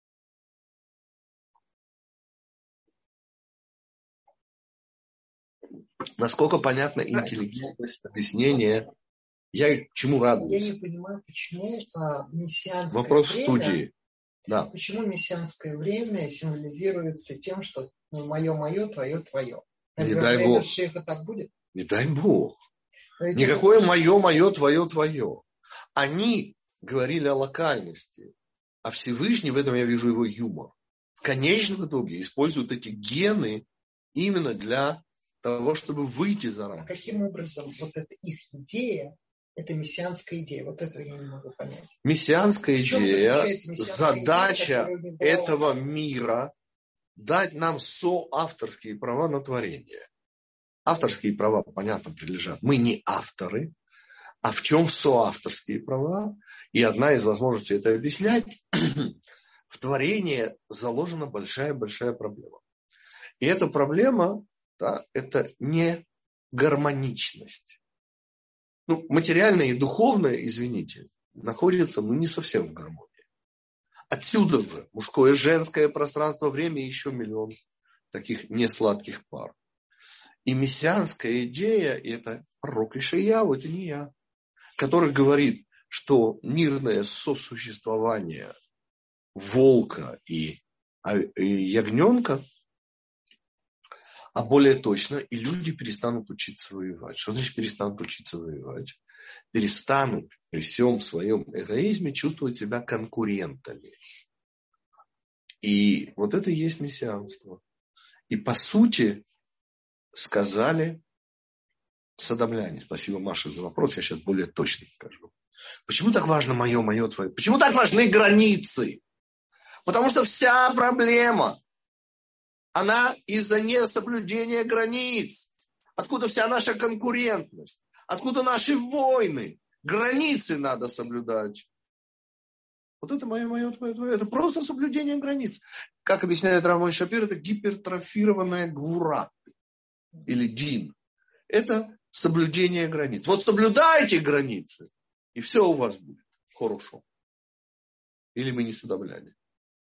Насколько понятна интеллигентность объяснения? Я чему радуюсь? Я не понимаю, почему а, мессианское Вопрос время, в студии. Да. Почему мессианское время символизируется тем, что ну, мое, мое, твое, твое. Не дай Бог. Так будет? Не дай Бог. Ведь Никакое это... мое, мое, твое, твое. Они говорили о локальности, а Всевышний, в этом я вижу его юмор, в конечном итоге используют эти гены именно для того, чтобы выйти за рамки. А каким образом вот эта их идея, это мессианская идея? Вот это я не могу понять. Мессианская идея, мессианская задача идея, этого мира дать нам соавторские права на творение. Авторские права, понятно, прилежат. Мы не авторы. А в чем соавторские права? И одна из возможностей это объяснять. В творении заложена большая-большая проблема. И эта проблема, да, это не гармоничность. Ну, материальное и духовное, извините, находятся ну, не совсем в гармонии. Отсюда же мужское и женское пространство, время и еще миллион таких несладких пар. И мессианская идея, и это пророк Ишаяу, это не я, который говорит, что мирное сосуществование волка и, и ягненка, а более точно, и люди перестанут учиться воевать. Что значит перестанут учиться воевать? Перестанут при всем своем эгоизме чувствовать себя конкурентами. И вот это и есть мессианство. И по сути сказали содомляне. Спасибо, Маша, за вопрос. Я сейчас более точно скажу. Почему так важно мое, мое, твое? Почему так важны границы? Потому что вся проблема, она из-за несоблюдения границ. Откуда вся наша конкурентность? Откуда наши войны? Границы надо соблюдать. Вот это мое, мое, твое, твое. Это просто соблюдение границ. Как объясняет Рав Мойше Шапир, это гипертрофированная гвура. Или дин. Это соблюдение границ. Вот соблюдайте границы, и все у вас будет хорошо. Или мы не содомляне.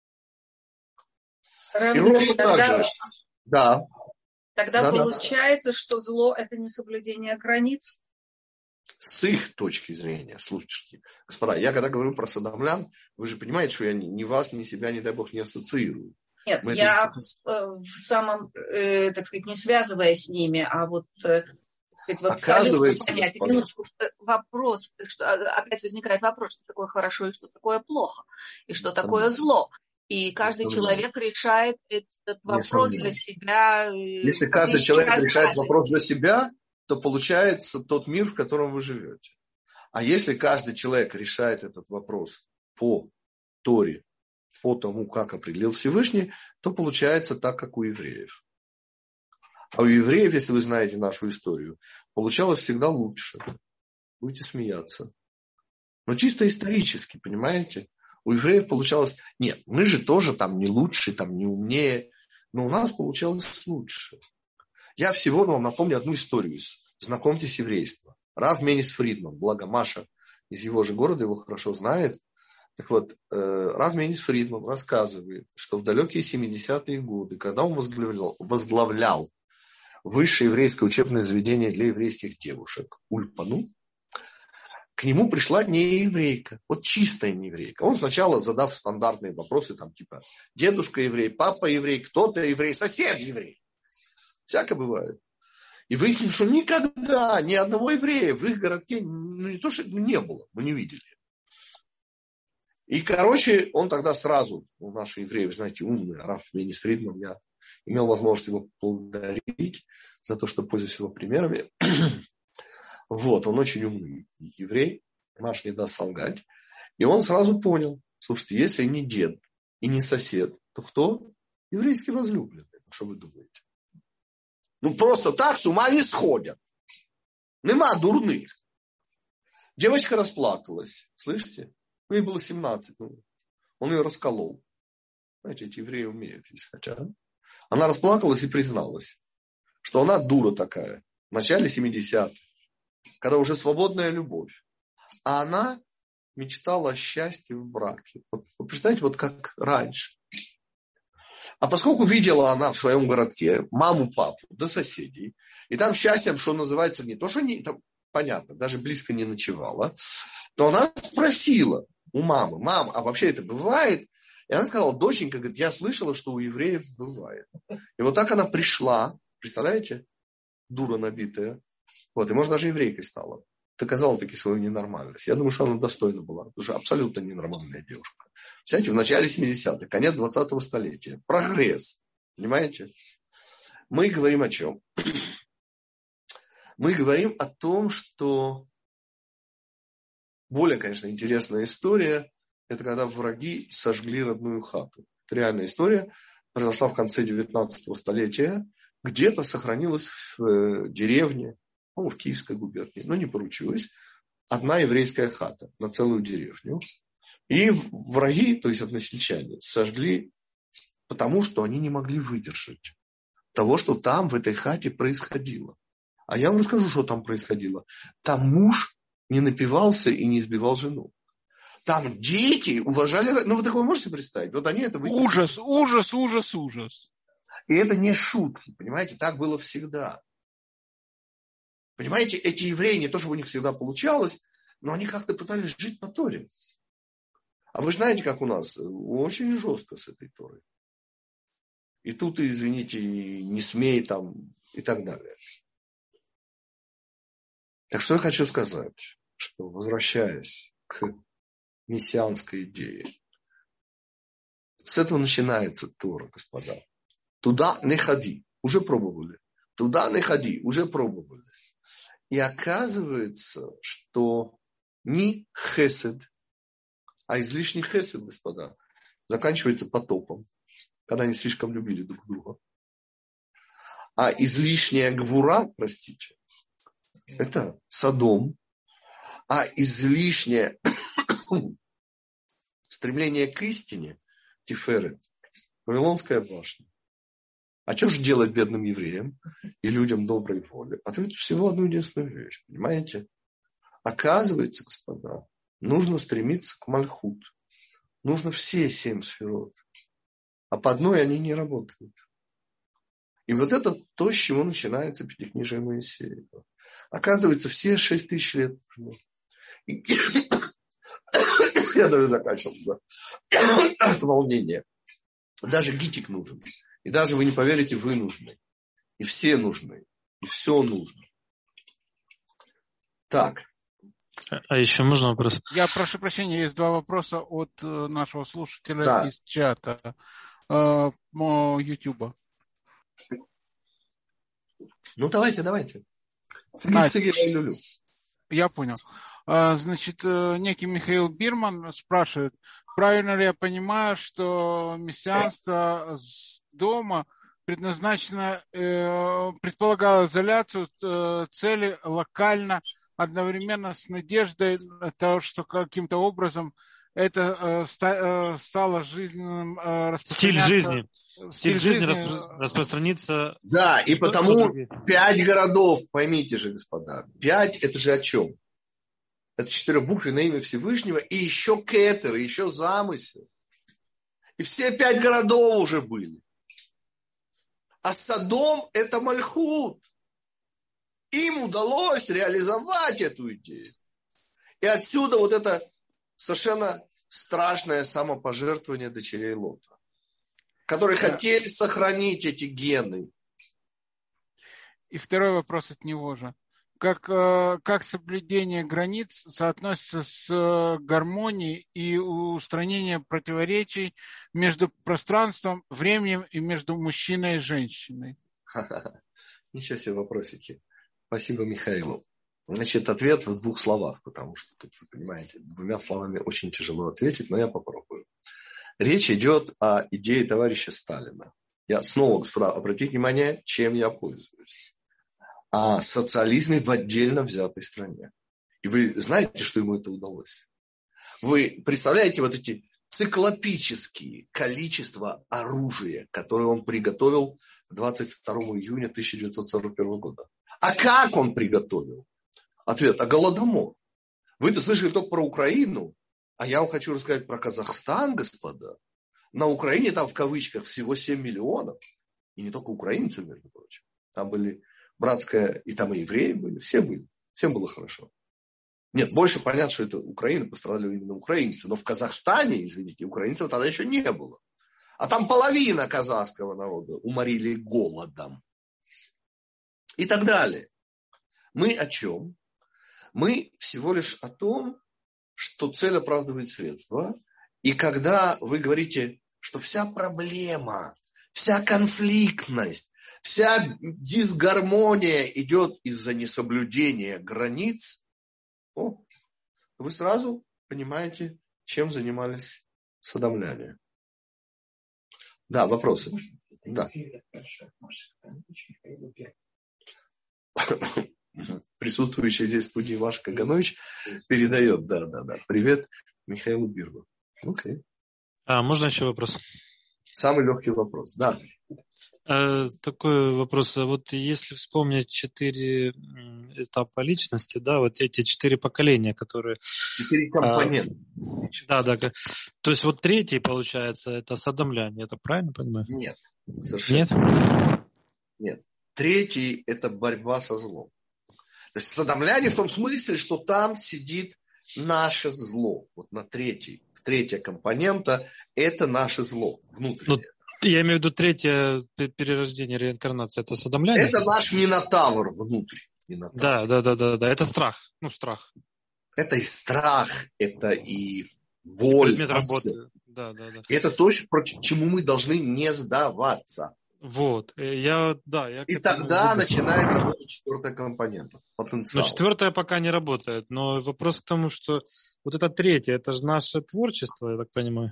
И ровно тогда, так же. Да. Тогда да, получается, да. что зло – это не соблюдение границ? С их точки зрения, слушайте. Господа, я когда говорю про содомлян, вы же понимаете, что я ни вас, ни себя, не дай бог, не ассоциирую. Нет, мы я это... в самом, э, так сказать, не связываясь с ними, а вот э, так сказать, в абсолютном понятии. Минутку, вопрос, что, опять возникает вопрос, что такое хорошо и что такое плохо, и что такое зло. И каждый это человек решает этот вопрос для себя. Если каждый человек рассказы. решает вопрос для себя, то получается тот мир, в котором вы живете. А если каждый человек решает этот вопрос по Торе, по тому, как определил Всевышний, то получается так, как у евреев. А у евреев, если вы знаете нашу историю, получалось всегда лучше. Будете смеяться. Но чисто исторически, понимаете? У евреев получалось... Нет, мы же тоже там не лучше, там не умнее, но у нас получалось лучше. Я всего вам напомню одну историю. Знакомьтесь с еврейством. Рав Менис Фридман, благо Маша из его же города его хорошо знает. Так вот, Рав Менис Фридман рассказывает, что в далекие семидесятые годы, когда он возглавлял, возглавлял высшее еврейское учебное заведение для еврейских девушек, Ульпану, к нему пришла нееврейка, вот чистая нееврейка. Он сначала, задав стандартные вопросы, там типа, дедушка еврей, папа еврей, кто-то еврей, сосед еврей. Всякое бывает. И выяснилось, что никогда ни одного еврея в их городке, ну не то, что не было, мы не видели. И, короче, он тогда сразу, у наших евреев, знаете, умный, Рав Менис Фридман, я имел возможность его благодарить за то, что пользуюсь его примерами. Вот, он очень умный еврей, Маш не даст солгать. И он сразу понял, слушайте, если не дед и не сосед, то кто? Еврейский возлюбленный. Что вы думаете? Ну, просто так с ума не сходят. Нема дурных. Девочка расплакалась, слышите? Ну, ей было семнадцать, ну, он ее расколол. Знаете, эти евреи умеют, если хотят. Она расплакалась и призналась, что она дура такая. В начале семидесятых, когда уже свободная любовь. А она мечтала о счастье в браке. Вот, вы представляете, вот как раньше. А поскольку видела она в своем городке маму, папу, да соседей, и там счастьем, что называется, не то, что не, там, понятно, даже близко не ночевала, то она спросила у мамы: мам, а вообще это бывает? И она сказала: доченька, говорит, я слышала, что у евреев бывает. И вот так она пришла, представляете, дура набитая. Вот, и, может, даже еврейкой стала. Доказала таки свою ненормальность. Я думаю, что она достойна была. Потому что абсолютно ненормальная девушка. Представляете, в начале семидесятых, конец двадцатого столетия. Прогресс. Понимаете? Мы говорим о чем? Мы говорим о том, что более, конечно, интересная история – это когда враги сожгли родную хату. Это реальная история. Произошла в конце девятнадцатого столетия. Где-то сохранилась в деревне, ну, в Киевской губернии, но не поручилась, одна еврейская хата на целую деревню. И враги, то есть односельчане, сожгли, потому что они не могли выдержать того, что там в этой хате происходило. А я вам расскажу, что там происходило. Там муж не напивался и не избивал жену. Там дети уважали... Ну, вы такое можете представить? Вот они это... Ужас, ужас, ужас, ужас. И это не шутки, понимаете? Так было всегда. Понимаете, эти евреи, не то, чтобы у них всегда получалось, но они как-то пытались жить по Торе. А вы знаете, как у нас? Очень жестко с этой Торой. И тут, извините, не смей там и так далее. Так что я хочу сказать, что, возвращаясь к мессианской идее, с этого начинается Тора, господа. Туда не ходи, уже пробовали. Туда не ходи, уже пробовали. И оказывается, что не хесед, а излишний хесед, господа, заканчивается потопом, когда они слишком любили друг друга. А излишняя гвура, простите, это Содом, а излишнее стремление к истине, Тиферет, Вавилонская башня. А что же делать бедным евреям и людям доброй воли? Ответ всего одну единственную вещь, понимаете? Оказывается, господа, нужно стремиться к Мальхут. Нужно все семь сферот. А по одной они не работают. И вот это то, с чего начинается Пятикнижие Моисея. Оказывается, все шесть тысяч лет нужны. И... Я даже заканчивал от волнения. Даже гитик нужен. И даже, вы не поверите, вы нужны. И все нужны. И все нужно. Так. А еще можно вопрос? Я прошу прощения, есть два вопроса от нашего слушателя да. из чата э, Ютуба. Ну, давайте, давайте. Значит, я понял. Значит, некий Михаил Бирман спрашивает, правильно ли я понимаю, что мессианство с дома предназначено, предполагало изоляцию цели локально, одновременно с надеждой на то, что каким-то образом это стало жизненным стиль жизни. Стиль, Стиль жизни, жизни распро- распространится. Да, и потому пять городов, поймите же, господа, пять это же о чем? Это четырехбуквенное имя Всевышнего, и еще кетер, и еще замысел. И все пять городов уже были. А Содом это Мальхут. Им удалось реализовать эту идею. И отсюда вот это совершенно страшное самопожертвование дочерей Лота, которые да. хотели сохранить эти гены. И второй вопрос от него же. Как, как соблюдение границ соотносится с гармонией и устранением противоречий между пространством, временем и между мужчиной и женщиной? Ничего себе вопросики. Спасибо Михаилу. Значит, ответ в двух словах, потому что тут, вы понимаете, двумя словами очень тяжело ответить, но я попробую. Речь идет о идее товарища Сталина. Я снова, господа, обратите внимание, чем я пользуюсь. О социализме в отдельно взятой стране. И вы знаете, что ему это удалось? Вы представляете вот эти циклопические количества оружия, которое он приготовил двадцать второго июня тысяча девятьсот сорок первого года. А как он приготовил? Ответ: а голодомор. Вы-то слышали только про Украину, а я вам хочу рассказать про Казахстан, господа. На Украине там в кавычках всего семь миллионов. И не только украинцы, между прочим. Там были братская, и там и евреи были, все были. Всем было хорошо. Нет, больше понятно, что это Украина, пострадали именно украинцы. Но в Казахстане, извините, украинцев тогда еще не было. А там половина казахского народа уморили голодом. И так далее. Мы о чем? Мы всего лишь о том, что цель оправдывает средства. И когда вы говорите, что вся проблема, вся конфликтность, вся дисгармония идет из-за несоблюдения границ, о, вы сразу понимаете, чем занимались содомляне. Да, вопросы. Да. Присутствующий здесь в студии Маша Каганович передает, да, да, да, привет Михаилу Биргу. Окей. А, можно еще вопрос? Самый легкий вопрос, да. А, такой вопрос. Вот если вспомнить четыре этапа личности, да, вот эти четыре поколения, которые... Четыре компонента. А, да, да. То есть вот третий, получается, это содомляне, это правильно понимаю? Нет. Совершенно. Нет? Нет. Третий – это борьба со злом. То есть содомляне в том смысле, что там сидит наше зло. Вот на третий, третья компонента – это наше зло внутреннее. Но я имею в виду третье перерождение, реинкарнация – это содомляне? Это наш минотавр внутри. Минотавр. Да, да, да, да, да. Это страх. Ну, страх. Это и страх, это и боль. Предмет работы. Да, да, да. Это то, чему мы должны не сдаваться. Вот, я, да. Я и тогда буду... начинает работать четвертая компонента, потенциал. Но четвертая пока не работает, но вопрос к тому, что вот это третье, это же наше творчество, я так понимаю.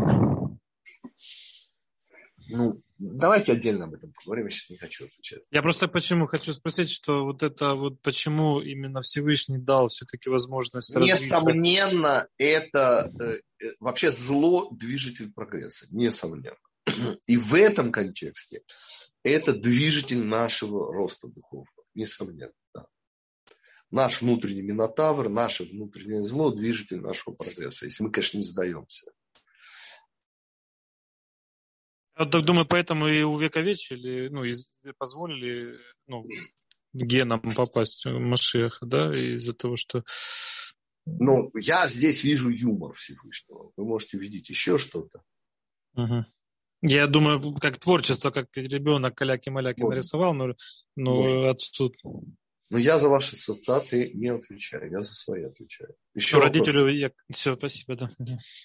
Ну, давайте отдельно об этом поговорим, я сейчас не хочу отвечать. Я просто почему хочу спросить, что вот это вот почему именно Всевышний дал все-таки возможность развиться? Несомненно, это э, вообще зло движитель прогресса, несомненно. И в этом контексте это движитель нашего роста духовного, несомненно. Да. Наш внутренний минотавр, наше внутреннее зло, движитель нашего прогресса, если мы, конечно, не сдаемся. Я так думаю, поэтому и увековечили, ну, и позволили, ну, генам попасть в Машиаха, да, из-за того, что... Ну, я здесь вижу юмор Всевышнего. Вы можете видеть еще что-то. Угу. Я думаю, как творчество, как ребенок каляки-маляки нарисовал, но, но отсюда... Но я за ваши ассоциации не отвечаю, я за свои отвечаю. Еще родителю я... Все, спасибо, да.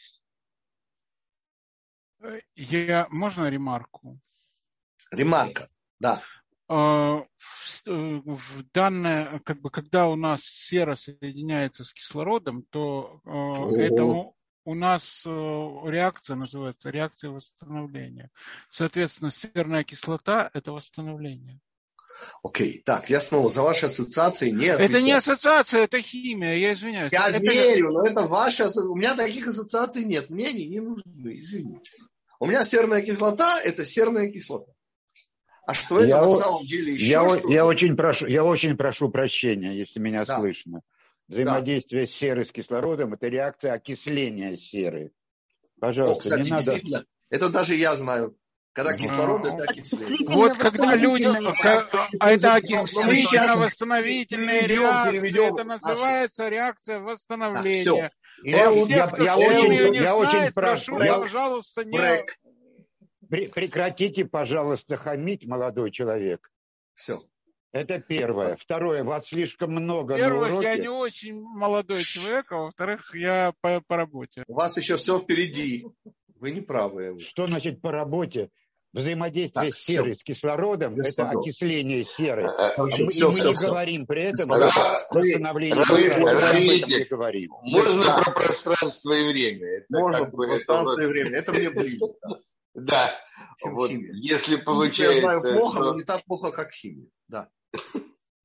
Я... Можно ремарку? Ремарка, да. В данное, как бы, когда у нас сера соединяется с кислородом, то О-о-о. это у нас реакция называется реакция восстановления. Соответственно, серная кислота – это восстановление. Окей, так, я снова за ваши ассоциации не отвечаю. Это не ассоциация, это химия, я извиняюсь. Я это... верю, но это ваши ассоциации. У меня таких ассоциаций нет, мне они не нужны, извините. У меня серная кислота – это серная кислота. А что это я на о... самом деле еще я, что-то? Я очень, прошу, я очень прошу прощения, если меня да. слышно. Взаимодействие да. серы с кислородом – это реакция окисления серы. Пожалуйста, О, кстати, не надо... действительно, это даже я знаю. Когда кислород, это окисление. Вот когда люди... А это окислительно-восстановительная реакция. Это называется реакция восстановления. Я очень прошу, пожалуйста, не... Прекратите, пожалуйста, хамить, молодой человек. Все. Это первое. Второе, вас слишком много Во-первых, на уроке. я не очень молодой человек, а во-вторых, я по, по работе. У вас еще все впереди. Вы не правы. Что значит по работе? Взаимодействие так, серы с кислородом – это смотрю. окисление серы. Хорошо, а мы, все, и мы все, не все. говорим при этом о восстановлении кислорода. Можно да. про пространство и время? Это Можно про пространство и время. Это мне ближе. Да. Вот, если получается... Я знаю плохо, что... но не так плохо, как химия. Да.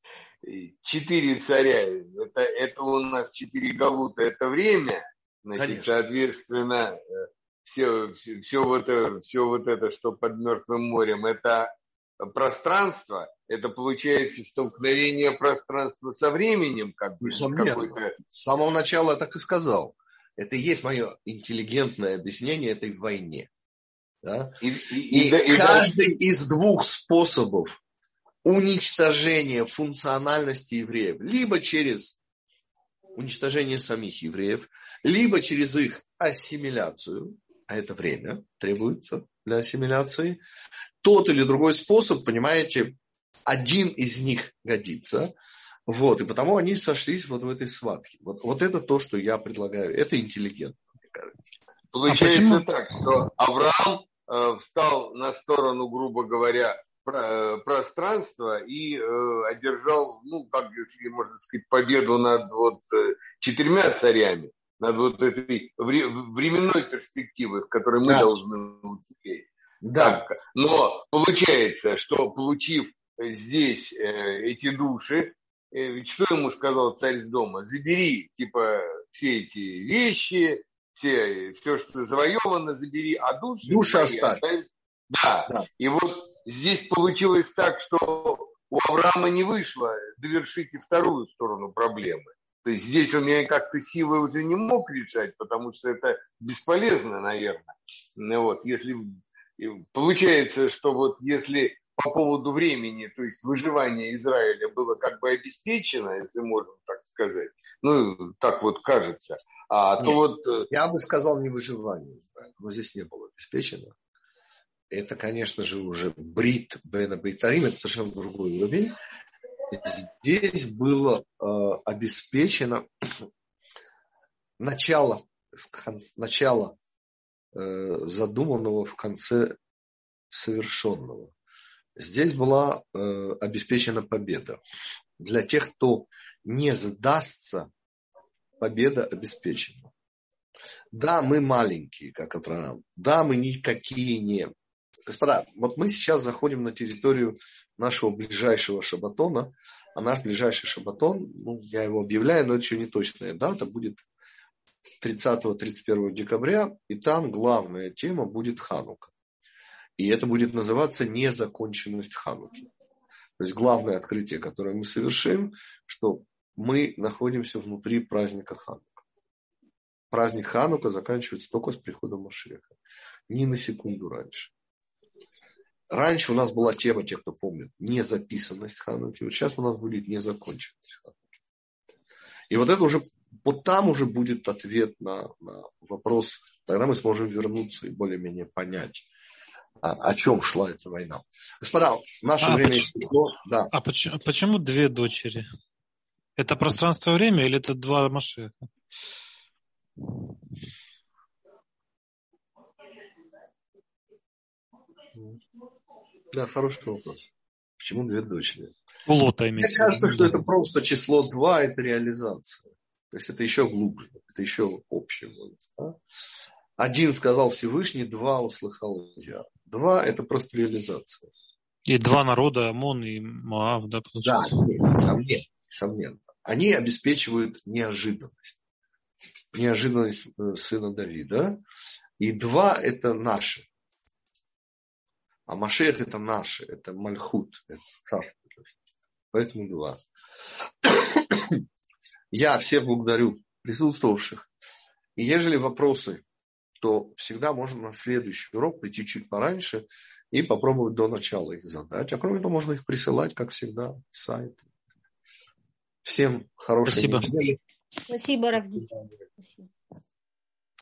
четыре царя, это, это у нас четыре галута, это время, значит, конечно. Соответственно, все, все, все, вот это, все вот это, что под Мертвым морем, это пространство, это получается столкновение пространства со временем, как бы. С самого начала я так и сказал. Это и есть мое интеллигентное объяснение этой войне. Да? И, и, и, и, и каждый и... из двух способов уничтожения функциональности евреев, либо через уничтожение самих евреев, либо через их ассимиляцию, а это время требуется для ассимиляции, тот или другой способ, понимаете, один из них годится. Вот, и потому они сошлись вот в этой схватке. Вот, вот это то, что я предлагаю. Это интеллигентно, мне кажется. Получается а так, что Авраам э, встал на сторону, грубо говоря, про, пространства и э, одержал, ну, как если можно сказать, победу над вот э, четырьмя царями, над вот этой временной перспективой, в которой мы да. должны уцелеть. Да. Так, но получается, что получив здесь э, эти души, ведь что ему сказал царь с дома? Забери, типа, все эти вещи, все, все, что завоевано, забери, а души... Души оставь. Да. да. И вот здесь получилось так, что у Авраама не вышло довершить и вторую сторону проблемы. То есть здесь он меня как-то силой уже не мог решать, потому что это бесполезно, наверное. Вот, если... Получается, что вот если... По поводу времени, то есть выживание Израиля было как бы обеспечено, если можно так сказать. Ну, так вот кажется. А, то вот... Я бы сказал не выживание Израиля, но здесь не было обеспечено. Это, конечно же, уже брит бен бейтарим, это совершенно другой уровень. Здесь было э, обеспечено начало, в конце, начало э, задуманного в конце совершенного. Здесь была э, обеспечена победа. Для тех, кто не сдастся, победа обеспечена. Да, мы маленькие, как Авраам. Да, мы никакие не. Господа, вот мы сейчас заходим на территорию нашего ближайшего шабатона. А наш ближайший шабатон, ну, я его объявляю, но это еще не точная дата, будет тридцатого-тридцать первого декабря. И там главная тема будет Ханука. И это будет называться незаконченность Хануки. То есть главное открытие, которое мы совершим, что мы находимся внутри праздника Ханука. Праздник Ханука заканчивается только с приходом Машиаха. Ни на секунду раньше. Раньше у нас была тема, те, кто помнит, незаписанность Хануки. Вот сейчас у нас будет незаконченность Хануки. И вот это уже, вот там уже будет ответ на, на вопрос. Тогда мы сможем вернуться и более-менее понять, о чем шла эта война. Господа, в наше а время почему, да. А почему, почему две дочери? Это пространство и время или это два Машиаха? Да, хороший вопрос. Почему две дочери? У Лота Мне кажется, что это просто число два, это реализация. То есть это еще глубже, это еще общее. Да? Один сказал Всевышний, два услыхал я. Два – это просто реализация. И два народа, Амон и Моав, да, получается? Да, несомненно, несомненно. Они обеспечивают неожиданность. Неожиданность сына Давида. И два – это наши. А Машиах – это наши, это Мальхут, это царство. Поэтому два. Я всех благодарю присутствовавших. И ежели вопросы, то всегда можно на следующий урок прийти чуть пораньше и попробовать до начала их задать. А кроме того, можно их присылать, как всегда, в сайт. Всем хорошей Спасибо. недели. Спасибо, Равгиз. Спасибо.